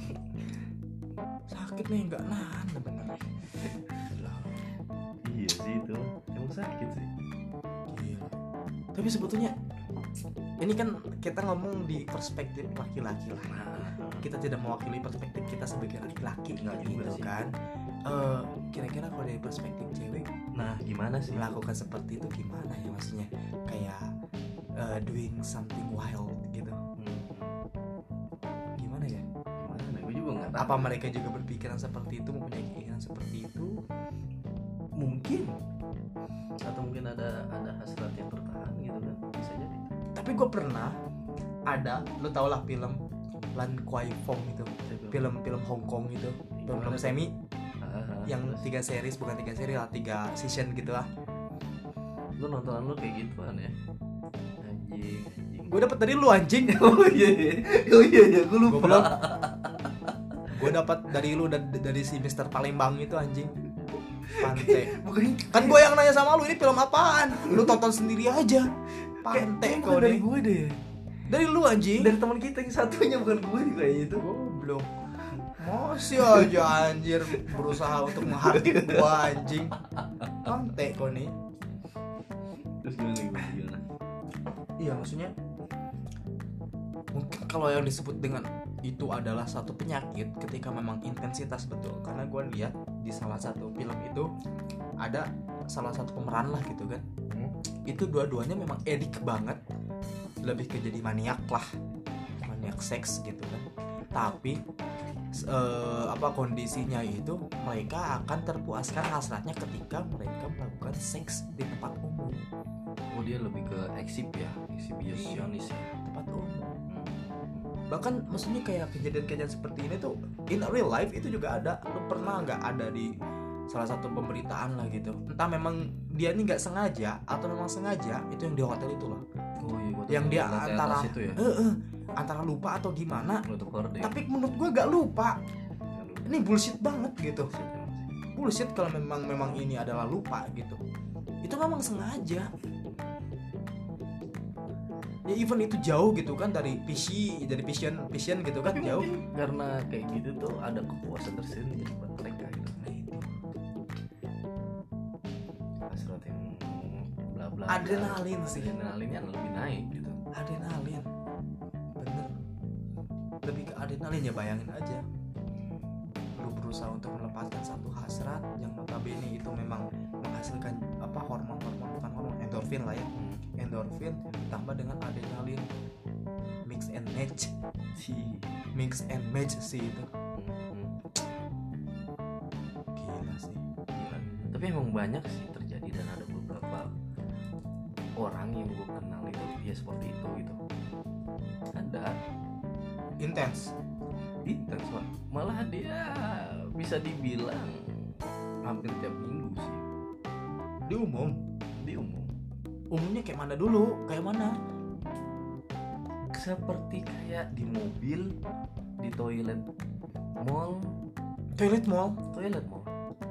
Sakit nih, nggak nahan bener. Gila. Iya sih itu. Emang sakit sih. Gila. Tapi sebetulnya ini kan kita ngomong di perspektif laki-laki lah. Kita tidak mewakili perspektif kita sebagai laki-laki, Nggak juga gitu sih. kan. Eh, kira-kira kalau dari perspektif cewek Nah, gimana sih? melakukan seperti itu gimana ya, maksudnya kayak eh, doing something wild gitu, Hmm. gimana ya? Gimana? Gue juga nggak Apa mereka juga berpikiran seperti itu, mempunyai keinginan seperti itu? Mungkin, atau mungkin ada ada hasrat yang tertahan gitu kan, bisa jadi. Tapi gue pernah ada, lu tau lah film Lan Kwai Fong itu, film-film Hong Kong itu, film-film semi Ah, yang terus tiga series, bukan tiga series lah, tiga season gitu lah. lu nontonan lu kayak gituan ya, anjing anjing. Gue dapet dari lu anjing. Oh iya iya, oh iya iya, gue lupa. Goblok. Gue dapat dari lu dan dari si Mister Palembang itu anjing. Pantai. Bukan Kan gue yang nanya sama lu, ini film apaan? Lu tonton sendiri aja. Pantai kayak kau dari deh. gue deh, Dari lu anjing. dari teman kita yang satunya, bukan gue juga itu. Goblok. Masih aja anjir berusaha untuk menghardik gua anjing. Pantai kau nih. Terus gimana gimana gimana? Iya maksudnya mungkin kalau yang disebut dengan itu adalah satu penyakit ketika memang intensitas, betul. Karena gue lihat di salah satu film itu ada salah satu pemeran lah gitu kan, hmm? itu dua-duanya memang edik banget, lebih ke jadi maniak lah, maniak seks gitu kan. Tapi eh, apa kondisinya itu mereka akan terpuaskan hasratnya ketika mereka melakukan seks di tempat umum. Oh dia lebih ke eksib ya, eksibisionis ya. Tempat umum. Bahkan maksudnya kayak kejadian-kejadian seperti ini tuh in real life itu juga ada. Lu pernah nggak ada di salah satu pemberitaan lah gitu, entah memang dia ini nggak sengaja atau memang sengaja, itu yang di hotel itu loh. Oh iya, gua tahu. Yang dia Lantai antara atas itu ya. eh, eh, antara lupa atau gimana, Untuk horde. tapi menurut gue gak lupa. Ini bullshit banget gitu. Bullshit kalau memang memang ini adalah lupa gitu. Itu memang sengaja. Ya even itu jauh gitu kan dari P C, dari passion passion gitu kan, Tapi jauh. mungkin karena kayak gitu tuh ada kepuasan tersendiri buat mereka gitu. Hasrat yang bla bla. Adrenalin sih. Adrenalinnya lebih naik gitu. Adrenalin. Bener. Lebih ke adrenalin ya, bayangin aja. Lu berusaha untuk melepaskan satu hasrat yang notabene itu memang menghasilkan apa hormon-hormon, bukan hormon, endorfin lah ya. Endorfin ditambah dengan adrenalin, mix and match Si. mix and match sih itu. Hmm. Gila sih. Gila. Tapi emang banyak sih terjadi dan ada beberapa orang yang gue kenal itu ya seperti itu gitu. Ada Intens. intens Pak. Malah dia bisa dibilang hampir tiap minggu sih Di umum. di umum. Umumnya kayak mana dulu? Kayak mana? Seperti kayak di mobil, di toilet mall, Toilet mall. toilet mall.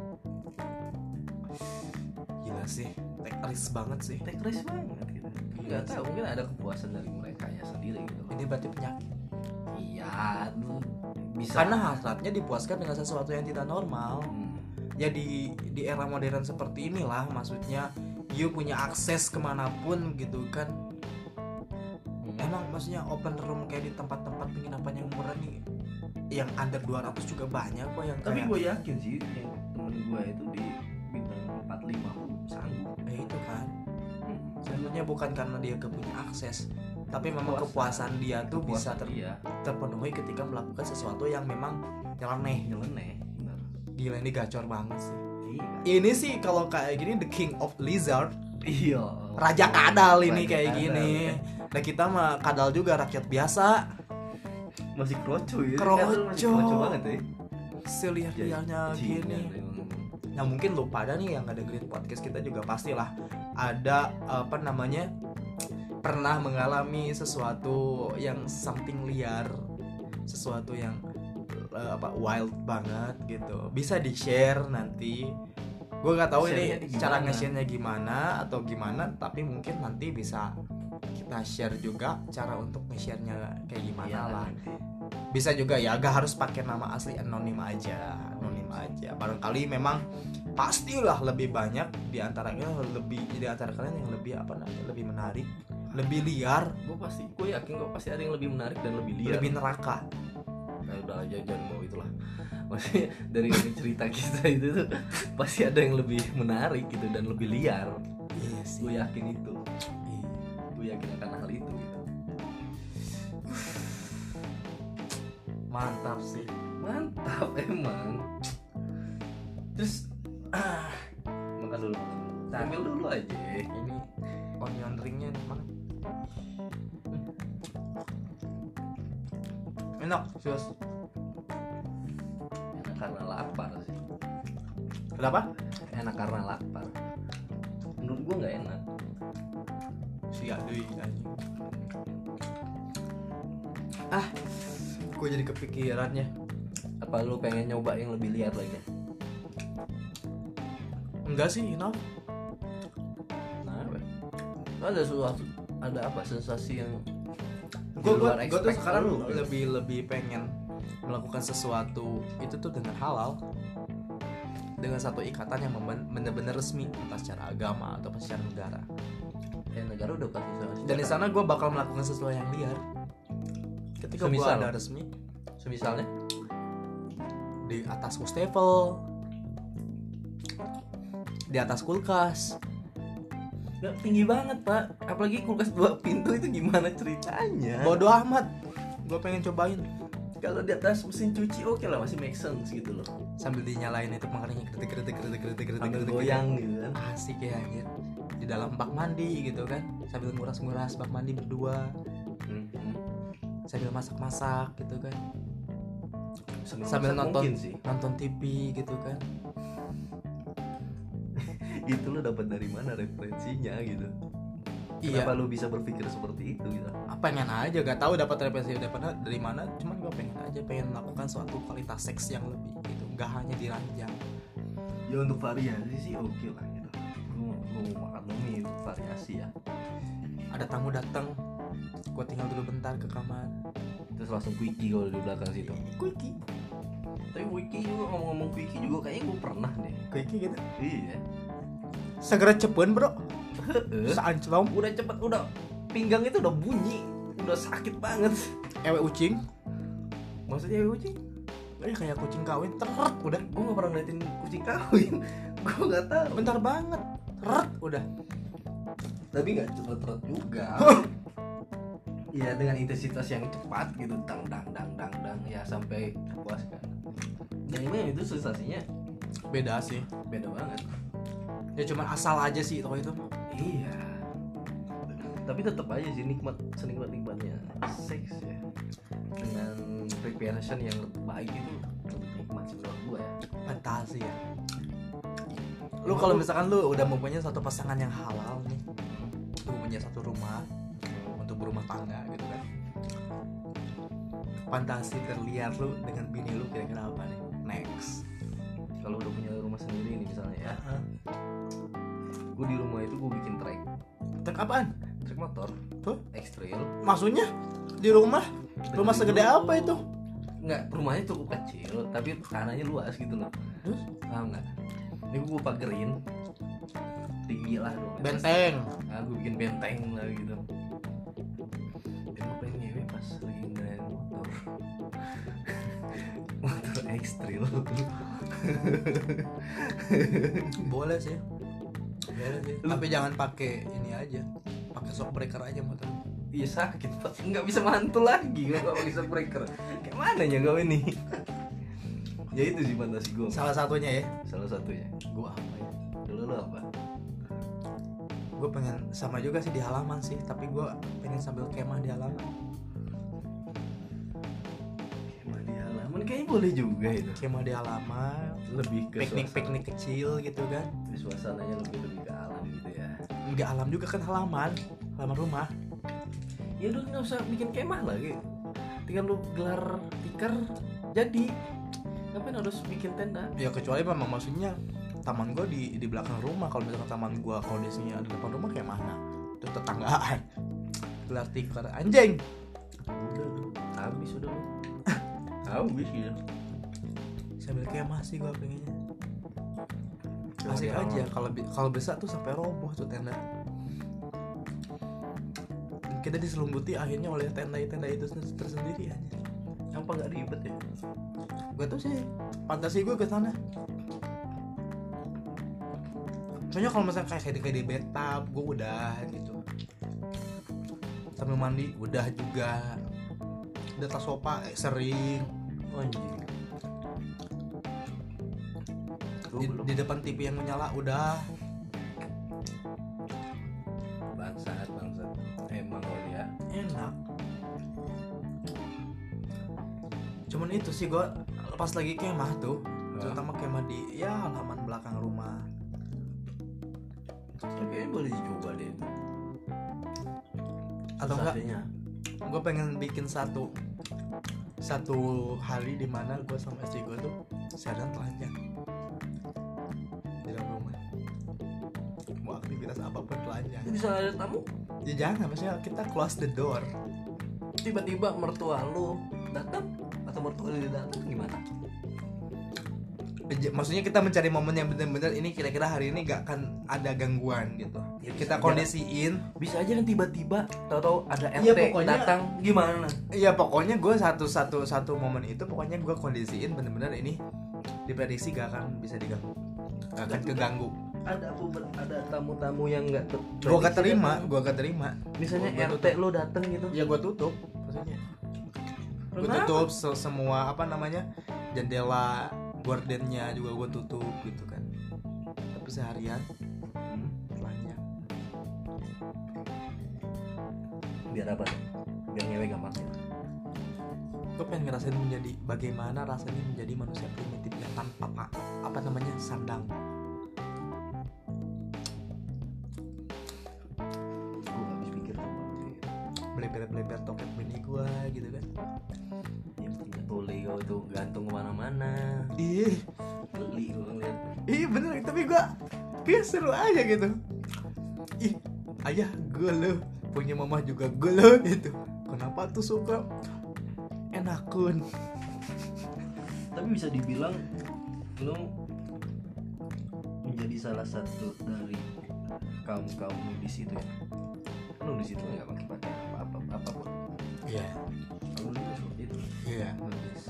Gila sih. Take risk banget sih. Take risk banget gitu. Nggak tahu, mungkin ada kepuasan dari mereka ya sendiri gitu. Ini berarti penyakit. Iya, bisa. Karena hasratnya dipuaskan dengan sesuatu yang tidak normal. Hmm. Ya di di era modern seperti inilah, maksudnya you punya akses kemanapun gitu kan. Hmm. Emang maksudnya open room kayak di tempat-tempat penginapan yang murah nih, yang under dua ratus juga banyak kok yang Tapi kayak gue yakin sih yang temen gue itu di bintang empat lima pun sanggup. eh, itu kan Hmm. sebenarnya bukan karena dia gak punya akses, tapi memang Kepuasan. kepuasan dia tuh bisa Kepuasan ter- dia terpenuhi ketika melakukan sesuatu yang memang nyeleneh. nyeleneh, benar. Gila, ini gacor banget sih. Iya. Ini sih kalau kayak gini the king of lizard, Iya. raja kadal ini Raja kayak kadal, gini ya. Nah kita mah kadal juga, rakyat biasa, Masih kroco ya. Kroco. Kadal masih kroco banget ya. seliar-liarnya Jajingan gini. emang. Nah mungkin lu pada nih yang ada green podcast kita juga pastilah ada apa namanya pernah mengalami sesuatu yang something liar, sesuatu yang uh, apa wild banget gitu. Bisa di share nanti. Gue nggak tahu Share-nya ini gimana? cara nge-share-nya gimana atau gimana, tapi mungkin nanti bisa kita share juga cara untuk nge-share-nya kayak gimana Iya lah. nanti. Bisa juga ya, gak harus pakai nama asli, anonim aja, anonim aja. Barangkali memang pastilah lebih banyak di antaranya lebih di antara kalian yang lebih apa namanya lebih menarik, lebih liar, Gue pasti, gue yakin gue pasti ada yang lebih menarik dan lebih liar. lebih neraka. Nah, udah aja jangan bawa itulah. Maksudnya dari cerita kita itu tuh pasti ada yang lebih menarik gitu dan lebih liar. Iya sih. Gue yakin itu. Iya. Gue yakin akan hal itu gitu. Mantap sih. Mantap emang. Terus ah, makan dulu. Sambil dulu aja. Ini onion ringnya mana? Enak, serius. Enak karena lapar sih. Kenapa? Enak karena lapar. Menurut gua nggak enak. Sia deui anjing. Ah, gue jadi kepikirannya. Apa lu pengen nyoba yang lebih liar lagi? Enggak sih, enough. Nah, ada sesuatu, ada apa sensasi yang Gue gue luar gue tuh expect sekarang lu, gitu? lebih lebih pengen melakukan sesuatu itu tuh dengan halal, dengan satu ikatan yang memben- bener-bener resmi, entah secara agama atau secara negara. Ya negara udah pasti secara- Dan di sana gue bakal melakukan sesuatu yang liar. Ketika gue Semisal? ada resmi Semisalnya di atas wastafel, di atas kulkas. nggak tinggi banget pak, apalagi kulkas dua pintu itu gimana ceritanya? Bodoh amat. Gue pengen cobain Kalau di atas mesin cuci oke lah, masih make sense gitu loh. sambil dinyalain itu pengeringnya kritik kritik kritik kritik kritik Sambil kritik goyang gitu kan. asik ya anjir. Di dalam bak mandi gitu kan, sambil nguras-nguras bak mandi berdua, Hmm, hmm. sambil masak-masak gitu kan, Sambil, sambil masak nonton mungkin sih. nonton T V gitu kan. Itu lo dapat dari mana referensinya gitu? Iya, Kenapa lu bisa berpikir seperti itu gitu? pengen aja, gak tahu dapat referensi dari mana dari mana, cuman gue pengen aja pengen melakukan suatu kualitas seks yang lebih gitu, gak hanya diranjang. Ya untuk variasi sih oke lah gitu. Gue gue mau makan mie untuk variasi ya. Ada tamu datang, gue tinggal dulu bentar ke kamar. Terus langsung quickie kalau di belakang situ. Quickie, Tapi quickie juga, ngomong-ngomong quickie juga kayaknya gue pernah deh. quickie gitu. Iya. Segera cepet bro, Heeh. seanclom. Udah cepet, udah pinggang itu udah bunyi, udah sakit banget. Ewe ucing, Maksudnya kucing? eh kayak kucing kawin, teret udah. Gue gak pernah ngeliatin kucing kawin. Gue gak tahu. Bentar banget, teret udah. Tapi gak cepet-cepet juga. Iya dengan intensitas yang cepat gitu, dang dang dang dang dang ya sampai puas kan. Dan memang itu sensasinya Beda sih, beda banget. ya cuman asal aja sih itu itu. Iya. Tapi tetap aja sih nikmat, senikmat nikmatnya seks ya. Dengan preparation yang baik itu nikmat sih menurut gue ya. Fantasi ya. Lu kalau misalkan lu udah mempunyai satu pasangan yang halal nih, lu punya satu rumah untuk berumah tangga gitu kan, fantasi terliar lu dengan bini lu kira-kira apa nih? Next. Kalau udah punya rumah sendiri nih misalnya ya, gue di rumah itu gue bikin trek, Trek apaan? trek motor, Tuh, X-Trail. maksudnya di rumah? Rumah segede apa itu? Enggak, rumahnya cukup kecil, tapi tanahnya luas gitu loh. Terus? Paham nggak? Ini gue pagerin, tinggi lah dong. Benteng. Nah, gue bikin benteng lah gitu. Dan gue pengen ngewe pas lagi ngendarin motor. Motor X-Trail. Boleh sih. Boleh sih. Tapi jangan pakai ini aja. Pakai shock breaker aja motor. Iya sakit pak, nggak bisa mantul lagi kalau nggak bisa breaker. Kayak mana ya kau ini? Ya itu sih fantasi gue. Salah satunya ya. Salah satunya. Gua apa ya? Dulu lo apa? Gue pengen sama juga sih di halaman sih, tapi gue pengen sambil kemah di halaman. Kemah di halaman kayaknya boleh juga itu. Kemah di halaman, Lebih ke piknik-piknik kecil gitu kan. suasana. Suasananya lebih lebih ke alam gitu ya. Enggak alam juga kan halaman, halaman rumah. Ya udah nggak usah bikin kemah lagi. Tinggal lu gelar tikar jadi. Ngapain harus bikin tenda? Ya kecuali memang maksudnya taman gue di di belakang rumah. Kalau misalkan taman gue kondisinya di depan rumah kayak mana? Itu tetanggaan. Gelar tikar anjing. Udah lu, habis udah lu. Habis gitu. Sambil kemah sih gue pengennya. Kemah Asik di halaman. aja kalau bi- kalau bisa tuh sampai roboh tuh tenda. Kita diselumbuti akhirnya oleh tenda-tenda itu ter- tersendiri aja. Apa nggak ribet ya? Gue tuh sih fantasi gue ke sana. Soalnya kalau misalnya kayak kayak di bathtub, gue udah gitu. Sambil mandi udah juga. Di atas sofa eh, sering. Anjing. Di, di depan T V yang menyala udah. Bangsat, bangsat. Emang lo ya. Enak. Cuman itu sih gue pas lagi kemah tuh, terutama kemah di ya halaman belakang rumah. Kayaknya boleh dicoba deh. Atau enggak? Sensasinya. Gue pengen bikin satu satu hari di mana gue sama istri gue tuh seharian telanjang di dalam rumah. Mau aktivitas apapun telanjang. Bisa ada tamu? Ya jangan, maksudnya kita close the door. Tiba-tiba mertua lu datang atau mertua lu datang gimana? Maksudnya kita mencari momen yang benar-benar ini kira-kira hari ini gak akan ada gangguan gitu. Ya, kita aja. Kondisiin. Bisa aja kan tiba-tiba tahu-tahu ada R T Ya, pokoknya- datang gimana? Iya pokoknya gue satu satu satu momen itu pokoknya gue kondisiin benar-benar ini diprediksi gak akan bisa diganggu, gak akan keganggu. Ada apa? Ada tamu-tamu yang nggak ter- Gue gak terima, datang. gue gak terima. Misalnya Gua R T lu datang gitu. Ya gue tutup, maksudnya. Gue Kenapa? tutup se- semua apa namanya jendela, gordennya juga gue tutup gitu kan. Tapi seharian Hmm. telanjang. Biar apa tuh? Biar ngewe gampang ya. Gue pengen ngerasain menjadi bagaimana rasanya menjadi manusia primitif yang tanpa apa, apa namanya sandang. Gue habis pikir apa sih. Beleber-beleber toket bini gue gitu kan. Yang punya tole kau tuh gantung kemana-mana. Ih, Beli gue ngeliat. Iya bener, tapi gue kayak seru aja gitu. Ih, ayah gue loh, punya mama juga gue loh gitu. Kenapa tuh suka enakun? Tapi bisa dibilang lu menjadi salah satu dari kaum kaum nudis itu ya. Kan nudis itu nggak pakai pakaian apa-apa apapun. Iya, Kalau lu seperti itu. iya nulis.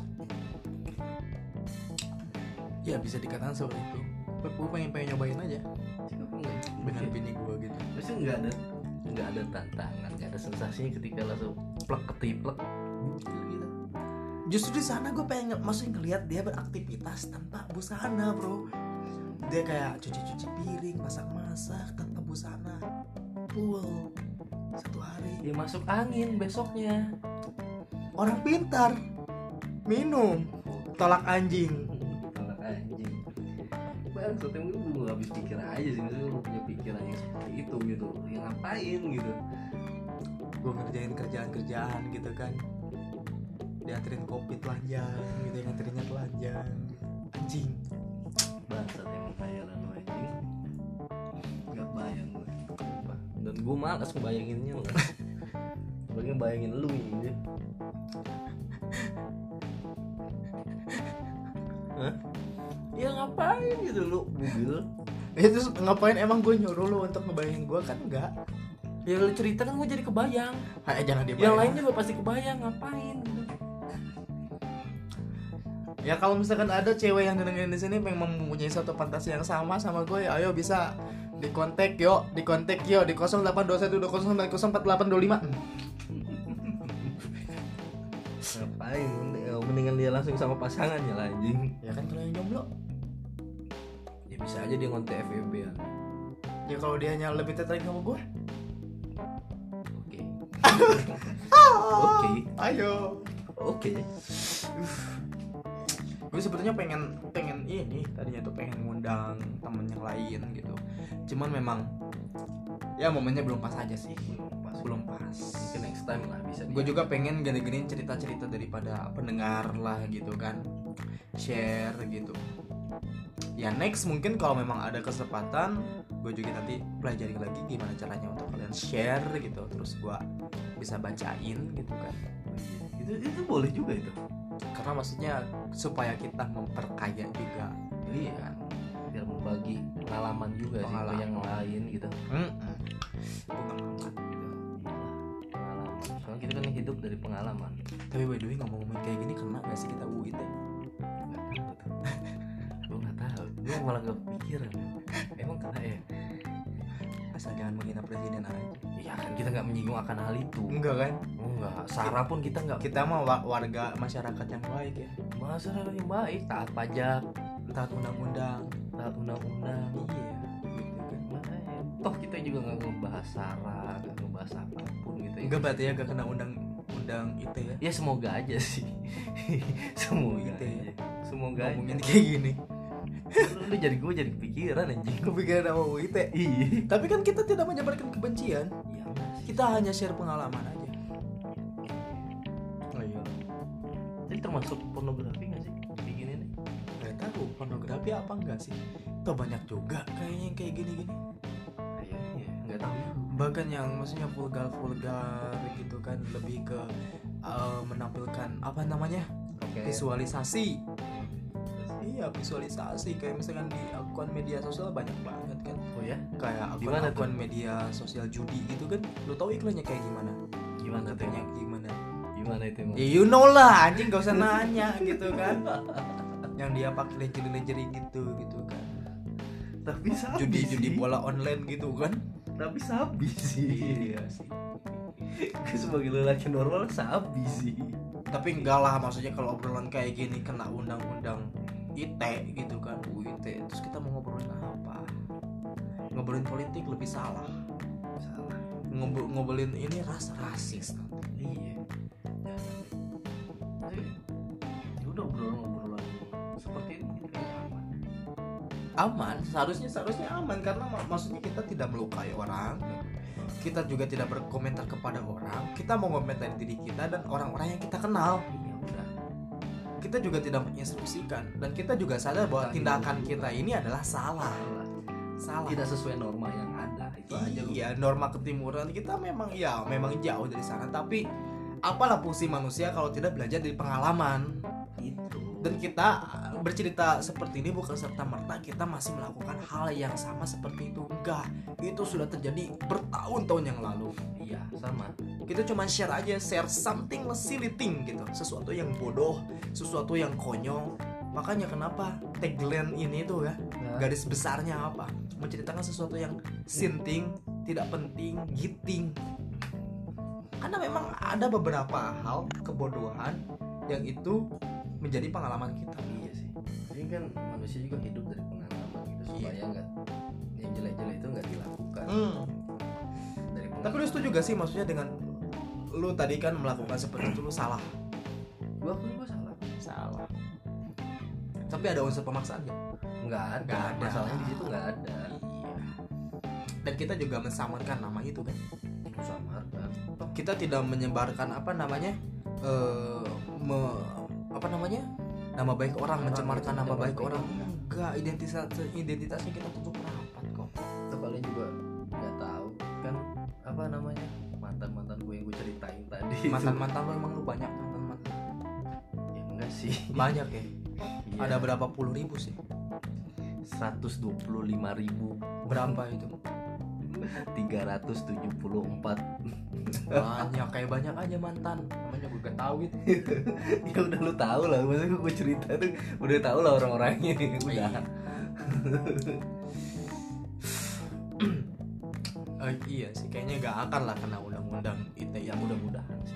Ya bisa dikatakan seperti itu. Gue pengen pengen nyobain aja Siapa nggak? dengan bini gue gitu. Maksudnya nggak ada nggak ada tantangan, nggak ada sensasinya ketika langsung plek ketiplek gitu. Justru di sana gue pengen nge- maksudnya ngelihat dia beraktivitas tanpa busana bro. Dia kayak cuci-cuci piring, masak-masak tanpa busana. Full satu hari. Dia masuk angin besoknya. Orang pintar minum tolak anjing. Tolak anjing. Bang, soalnya gue belum habis pikir aja sih, maksudnya lu punya pikiran yang seperti itu gitu, yang ngapain gitu. Gue ngerjain kerjaan-kerjaan gitu kan, dianterin kopi telanjang gitu, yang nganterinnya telanjang. Anjing. Bangsat emang khayalan lu anjing. Gak bayang gue. Sumpah. Dan gue malas ngebayanginnya lah. Gue ngebayangin lu ini. Hah? Ya ngapain gitu lu bugil. Ya terus ngapain emang gue nyuruh lu untuk ngebayangin gue kan enggak? Ya lu cerita kan gue jadi kebayang. Eh jangan dia Yang lain juga pasti kebayang ngapain gitu. Ya kalau misalkan ada cewek yang dengerin di sini pengen mempunyai suatu fantasi yang sama sama gue, ayo bisa di kontak yo, di kontak yo di nol delapan dua satu dua nol sembilan nol empat delapan dua lima. Ngapain? Mendingan dia langsung sama pasangannya lah anjing. Ya kan kalau yang jomblo. Ya bisa aja dia ngontek F V B ya. Ya kalau dia hanya lebih tertarik sama gue. Oke. Oke. Ayo. Oke. Gue sebetulnya pengen pengen ini tadinya tuh pengen ngundang temen yang lain gitu. Cuman memang ya momennya belum pas aja sih. Pas. Belum pas. Mungkin next time lah bisa. Gue juga pengen gini-gini cerita-cerita daripada pendengar lah gitu kan, share gitu. Ya next mungkin kalau memang ada kesempatan, gue juga nanti pelajarin lagi gimana caranya untuk kalian share gitu, terus gue bisa bacain gitu kan. Itu itu boleh juga itu. Karena maksudnya supaya kita memperkaya juga. Iya kan. Biar membagi pengalaman juga Pengalaman. sih ke yang lain gitu. Mm-mm. Pengalaman gitu. Iyalah, pengalaman. Soalnya kita kan hidup dari pengalaman. Tapi by the way ngomong-ngomong kayak gini kena gak sih kita U I T? Nggak tahu tuh. Gue nggak tahu. Gue malah nggak kepikiran. Emang kena ya? Asal jangan menghina presiden aja. Ya kan kita nggak menyinggung akan hal itu. Enggak kan? Oh, enggak. Sara pun kita nggak. Kita mah wa- warga masyarakat yang baik ya. Masyarakat yang baik, taat pajak, Taat undang-undang. taat undang-undang. Iya, gitu kan. Makanya, toh kita juga nggak ngebahas Sara, nggak ngebahas apapun gitu ya. Enggak berarti ya gak kena undang-undang itu ya. Ya semoga aja sih. Semoga Gitu ya. aja. Semoga Ngomongin aja. kayak gini. Lu, lu jadi gue jadi kepikiran anjing. Kepikiran sama U I T. Iya. Tapi kan kita tidak menyebarkan kebencian. Iya Mas. Kita hanya share pengalaman aja. Oh iya. Jadi termasuk pornografi nggak sih? Kayak gini nih. Gak tahu pornografi apa enggak sih. Tuh banyak juga kayaknya yang kayak gini-gini. Kayaknya nggak tahu. Bahkan yang maksudnya vulgar-vulgar gitu kan, lebih ke uh, menampilkan apa namanya, Oke. visualisasi. Iya, visualisasi kayak misalkan di akun media sosial banyak banget kan. Oh ya? Kayak Gimana tuh? akun-akun media sosial judi gitu kan. Lu tahu iklannya kayak gimana? Gimana tuh? Katanya gimana? Gimana itu emang? Ya you know lah, anjing gak usah nanya gitu kan. Yang dia pakai lingerie-lingerie gitu gitu kan. Tapi sabi Judi-judi sih. bola online gitu kan. Tapi sabi sih. Iya sih. Gue sebagai lelaki normal sabi sih. Tapi enggak lah, maksudnya kalau obrolan kayak gini kena undang-undang I T gitu kan, U I T. Terus kita mau ngobrolin apa? Ngobrolin politik lebih salah. Salah. Ngobrol ngobrolin ini ras rasis nanti. Iya. Tapi ya udah obrolan-obrolan seperti ini kayaknya aman. Aman, seharusnya seharusnya aman karena mak- maksudnya kita tidak melukai orang. Kita juga tidak berkomentar kepada orang. Kita mau komentar diri kita dan orang-orang yang kita kenal. Iya udah. Kita juga tidak menginstruksikan dan kita juga sadar bahwa tindakan kita ini adalah salah. Salah. Salah. Tidak sesuai norma yang ada. Itu aja lu. Iya, norma ketimuran kita memang ya memang jauh dari sana, tapi apalah fungsi manusia kalau tidak belajar dari pengalaman. Itu. Dan kita bercerita seperti ini bukan serta-merta kita masih melakukan hal yang sama seperti itu. Enggak, itu sudah terjadi bertahun-tahun yang lalu. Iya sama. Kita cuma share aja, share something silly thing gitu, sesuatu yang bodoh, sesuatu yang konyol. Makanya kenapa tagline ini tuh ya, garis besarnya apa? Menceritakan sesuatu yang sinting, tidak penting, giting. Karena memang ada beberapa hal kebodohan yang itu menjadi pengalaman kita. Iya sih. Jadi kan manusia juga hidup dari pengalaman gitu supaya Iya. nggak yang jelek-jelek itu nggak dilakukan. Hmm. Dari Tapi lu setuju gak sih maksudnya dengan lu tadi kan melakukan seperti itu lu salah? Gua akui gua salah. Salah. Tapi ada unsur pemaksaan gak? Nggak ada. Nggak ada. Masalahnya di situ nggak ada. Iya. Dan kita juga mensamarkan nama itu kan. Samarkan. Kita tidak menyebarkan apa namanya eh me- apa namanya nama baik orang, Orang, mencemarkan itu nama baik mencemarkan orang. orang. Enggak, identitas identitasnya kita tutup rapat kok. Atau kalian juga nggak tahu kan apa namanya mantan mantan gue yang gue ceritain tadi. Mantan mantan lu emang lu banyak mantan mantan. Ya enggak sih. Banyak ya. Iya. Ada berapa puluh ribu sih? seratus dua puluh lima ribu Berapa itu? tiga ratus tujuh puluh empat. Banyak, kayak banyak aja mantan. Namanya gue gak tahu gitu. Ya udah lu tahu lah, maksudnya gue cerita tuh udah tahu lah orang-orangnya. Udah. Iya. Eh, iya sih, kayaknya gak akan lah kena undang-undang I T Ya yang mudah-mudahan sih.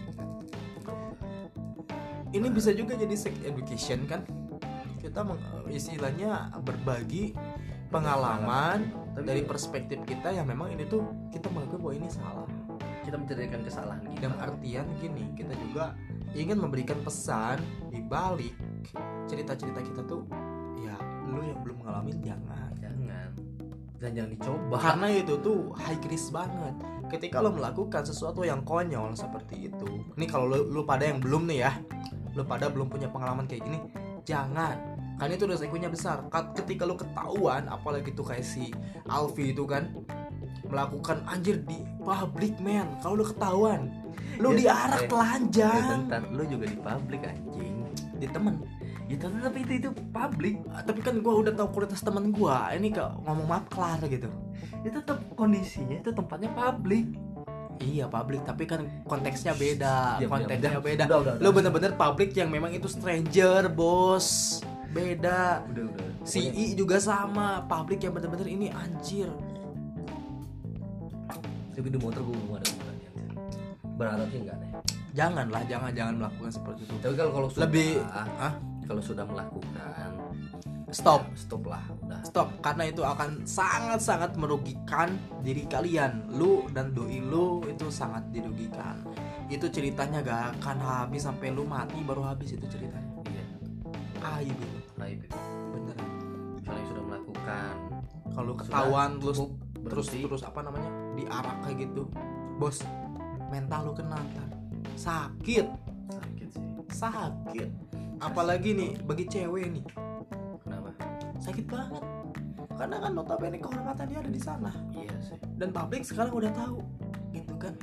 ini bisa juga jadi sex education kan. Kita meng- istilahnya berbagi pengalaman Tapi dari perspektif kita yang memang ini tuh kita mengakui bahwa ini salah. kita menceritakan kesalahan kita. Dalam artian gini, kita juga ingin memberikan pesan di balik cerita-cerita kita tuh, ya lu yang belum ngalamin jangan. Jangan. Dan jangan dicoba. Karena itu tuh high risk banget. Ketika lo melakukan sesuatu yang konyol seperti itu. Nih kalau lu, lu pada yang belum nih ya, lu pada belum punya pengalaman kayak gini, jangan. Karena itu resikonya besar. Ketika lu ketahuan, apalagi tuh kayak si Alfi itu kan melakukan anjir di public man. Kalau lu ketahuan, lu Ya, diarak eh, telanjang Eh, bentar, lu juga di publik anjing. di temen. Ya tapi tapi itu itu publik. Ah, tapi kan gue udah tahu kualitas temen gue. Ini kok ngomong maaf kelar gitu. Itu tetap kondisinya itu tempatnya publik. Iya public, tapi kan konteksnya beda. Diam, konteksnya diam, beda. Udah, udah, Lu udah. bener-bener public yang memang itu stranger, bos. Beda. Udah udah. Si I juga sama, public yang bener-bener ini anjir. Tapi di motor gue belum ada keberanian. Berharap sih enggak deh. Janganlah, jangan jangan melakukan seperti itu. Tapi kalau kalau sudah, Lebih ah kalau sudah melakukan stop. ya, stop lah, udah. Stop, karena itu akan sangat-sangat merugikan diri kalian. Lu dan doi lu itu sangat dirugikan. Itu ceritanya gak akan habis sampai lu mati baru habis itu ceritanya. Iya. Aib itu. Aib itu. Beneran. Kalau yang sudah melakukan, Kalau ketahuan sudah terus cukup terus berhenti. terus apa namanya? Diarak kayak gitu. Bos, mental lu kena ntar. Sakit, sakit sih. sakit. Apalagi nih bagi cewek nih. Kenapa? Sakit banget. Karena kan notabene kehormatan dia ada di sana. Iya sih. Dan publik sekarang udah tahu. Gitu kan.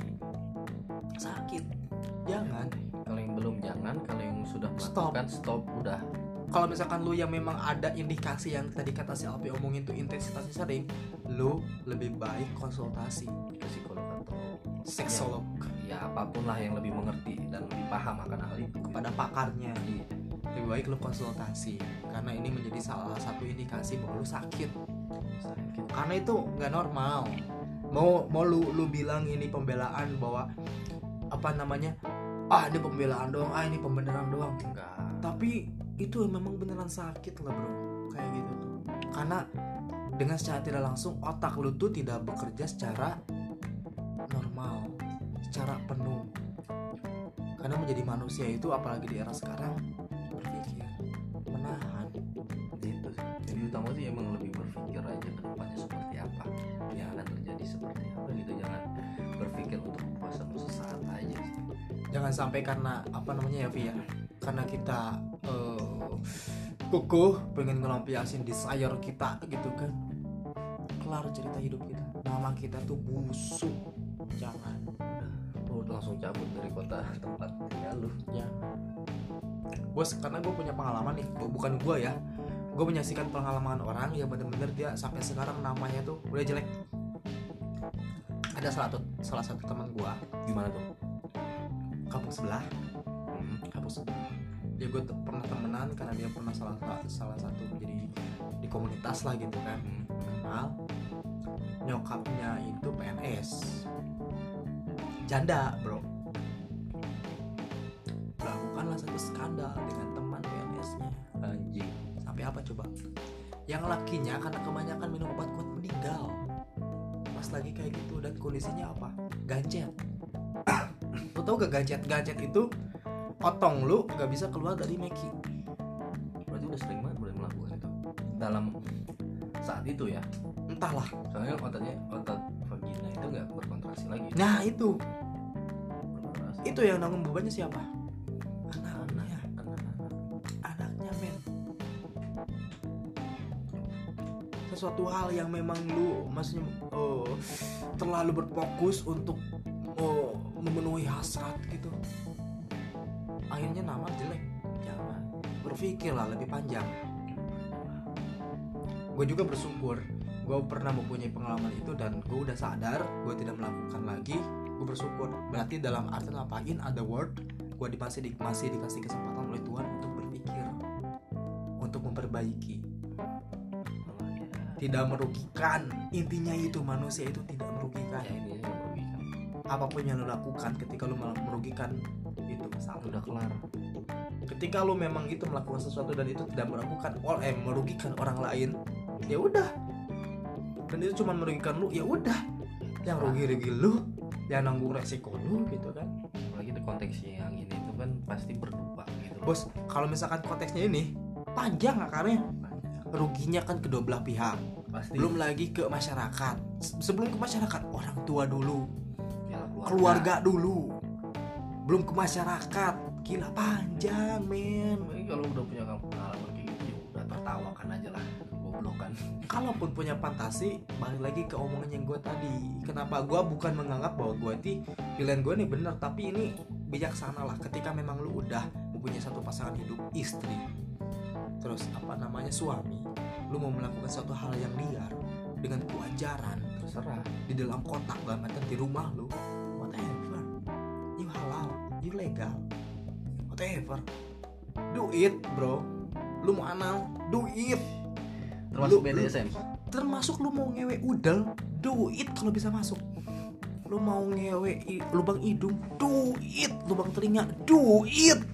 Sakit. Jangan. Kalau yang belum jangan, kalau yang sudah Stop. melakukan stop, udah. Kalau misalkan lu yang memang ada indikasi yang tadi kata si Alpi omongin tuh intensitasnya sering, lu lebih baik konsultasi Ke psikolog atau seksolog ya, ya apapun lah yang lebih mengerti dan lebih paham akan hal itu kepada pakarnya. Iya. Lebih baik lu konsultasi karena ini menjadi salah satu indikasi bahwa lu sakit. Sakit. Karena itu nggak normal. Mau mau lu lu bilang ini pembelaan bahwa apa namanya? Ah, ini pembelaan doang, ah ini pembenaran doang. Enggak. Tapi itu memang beneran sakit lah bro, kayak gitu tuh. Karena dengan secara tidak langsung otak lu tuh tidak bekerja secara normal, secara penuh. Karena menjadi manusia itu apalagi di era sekarang berpikir, menahan. Gitu sih. Jadi utama sih emang lebih berpikir aja ke depannya seperti apa, yang akan terjadi seperti apa gitu. Jangan berpikir untuk kepuasan sesaat aja sih. Jangan sampai karena apa namanya ya Vi ya, karena kita uh, kukuh pengen ngelampiasin desire kita gitu kan, kelar cerita hidup kita, nama kita tuh busuk. Jangan. Lu langsung cabut dari kota tempat tinggal lu. Ya bos, karena gue punya pengalaman nih, bukan gue ya, gue menyaksikan pengalaman orang yang bener-bener dia sampai sekarang namanya tuh udah jelek. Ada salah satu salah satu teman gue, Gimana tuh? kampung sebelah, Hmm. kampung sebelah. Dia gue tuh pernah temenan karena dia pernah salah salah satu jadi di komunitas lah gitu kan. Hmm. Kenal, nyokapnya itu P N S, janda bro. Lakukanlah satu skandal dengan teman P N S-nya. Anjing. Sampai apa coba? Yang lakinya karena kebanyakan minum obat kuat meninggal. Pas lagi kayak gitu dan kondisinya apa? Gancet. Lu tau gak gancet? Gancet itu otong lu gak bisa keluar dari meki. Berarti udah sering banget mulai melakukan itu dalam saat itu ya. Entahlah. Soalnya otaknya otak vagina itu nggak berkontraksi lagi. Nah itu, Berkontraksi. itu yang nanggung bebannya siapa? Anaknya, Anak-anak. anaknya men. Sesuatu hal yang memang lu maksudnya oh, terlalu berfokus untuk oh, memenuhi hasrat gitu, akhirnya nama jelek. Jangan, berpikirlah lebih panjang. Gue juga bersyukur gue pernah mempunyai pengalaman itu dan gue udah sadar gue tidak melakukan lagi. Gue bersyukur, berarti dalam arti apa, in other word, gue di, masih, di, masih dikasih kesempatan oleh Tuhan untuk berpikir, untuk memperbaiki. Tidak merugikan, intinya itu, manusia itu tidak merugikan. Ya ini yang merugikan. Apapun yang lo lakukan ketika lo merugikan itu salah. Udah kelar. Ketika lo memang itu melakukan sesuatu dan itu tidak merugikan or eh merugikan orang lain, ya udah. Dan itu cuma merugikan lo, ya udah. Yang rugi-rugi lo, yang nanggung resiko lo gitu kan. Apalagi di konteksnya yang ini itu kan pasti berdua gitu loh. Bos, kalau misalkan konteksnya ini panjang akarnya. Ruginya kan kedua belah pihak. Pasti. Belum lagi ke masyarakat. Sebelum ke masyarakat, orang tua dulu, Ya, keluarga. keluarga dulu, belum ke masyarakat. Gila panjang men. Tapi kalau udah punya pengalaman kayak gitu ya udah tertawakan aja lah, goblokan. Kalaupun punya fantasi, balik lagi ke omongan yang gue tadi. Kenapa gue bukan menganggap bahwa gue ini pilihan gue ini benar, tapi ini bijaksana lah. Ketika memang lu udah mempunyai satu pasangan hidup, istri, terus apa namanya suami, lu mau melakukan suatu hal yang liar dengan kewajaran, Terserah. di dalam kotak, dalam artian di rumah lu, whatever, you halal, you legal, whatever, do it bro. Lu mau anal, do it. Termasuk Lu- B D S M. Termasuk lu mau ngewe udel, do it kalau bisa masuk. lu mau ngewe i- lubang hidung, do it. Lubang telinga, do it.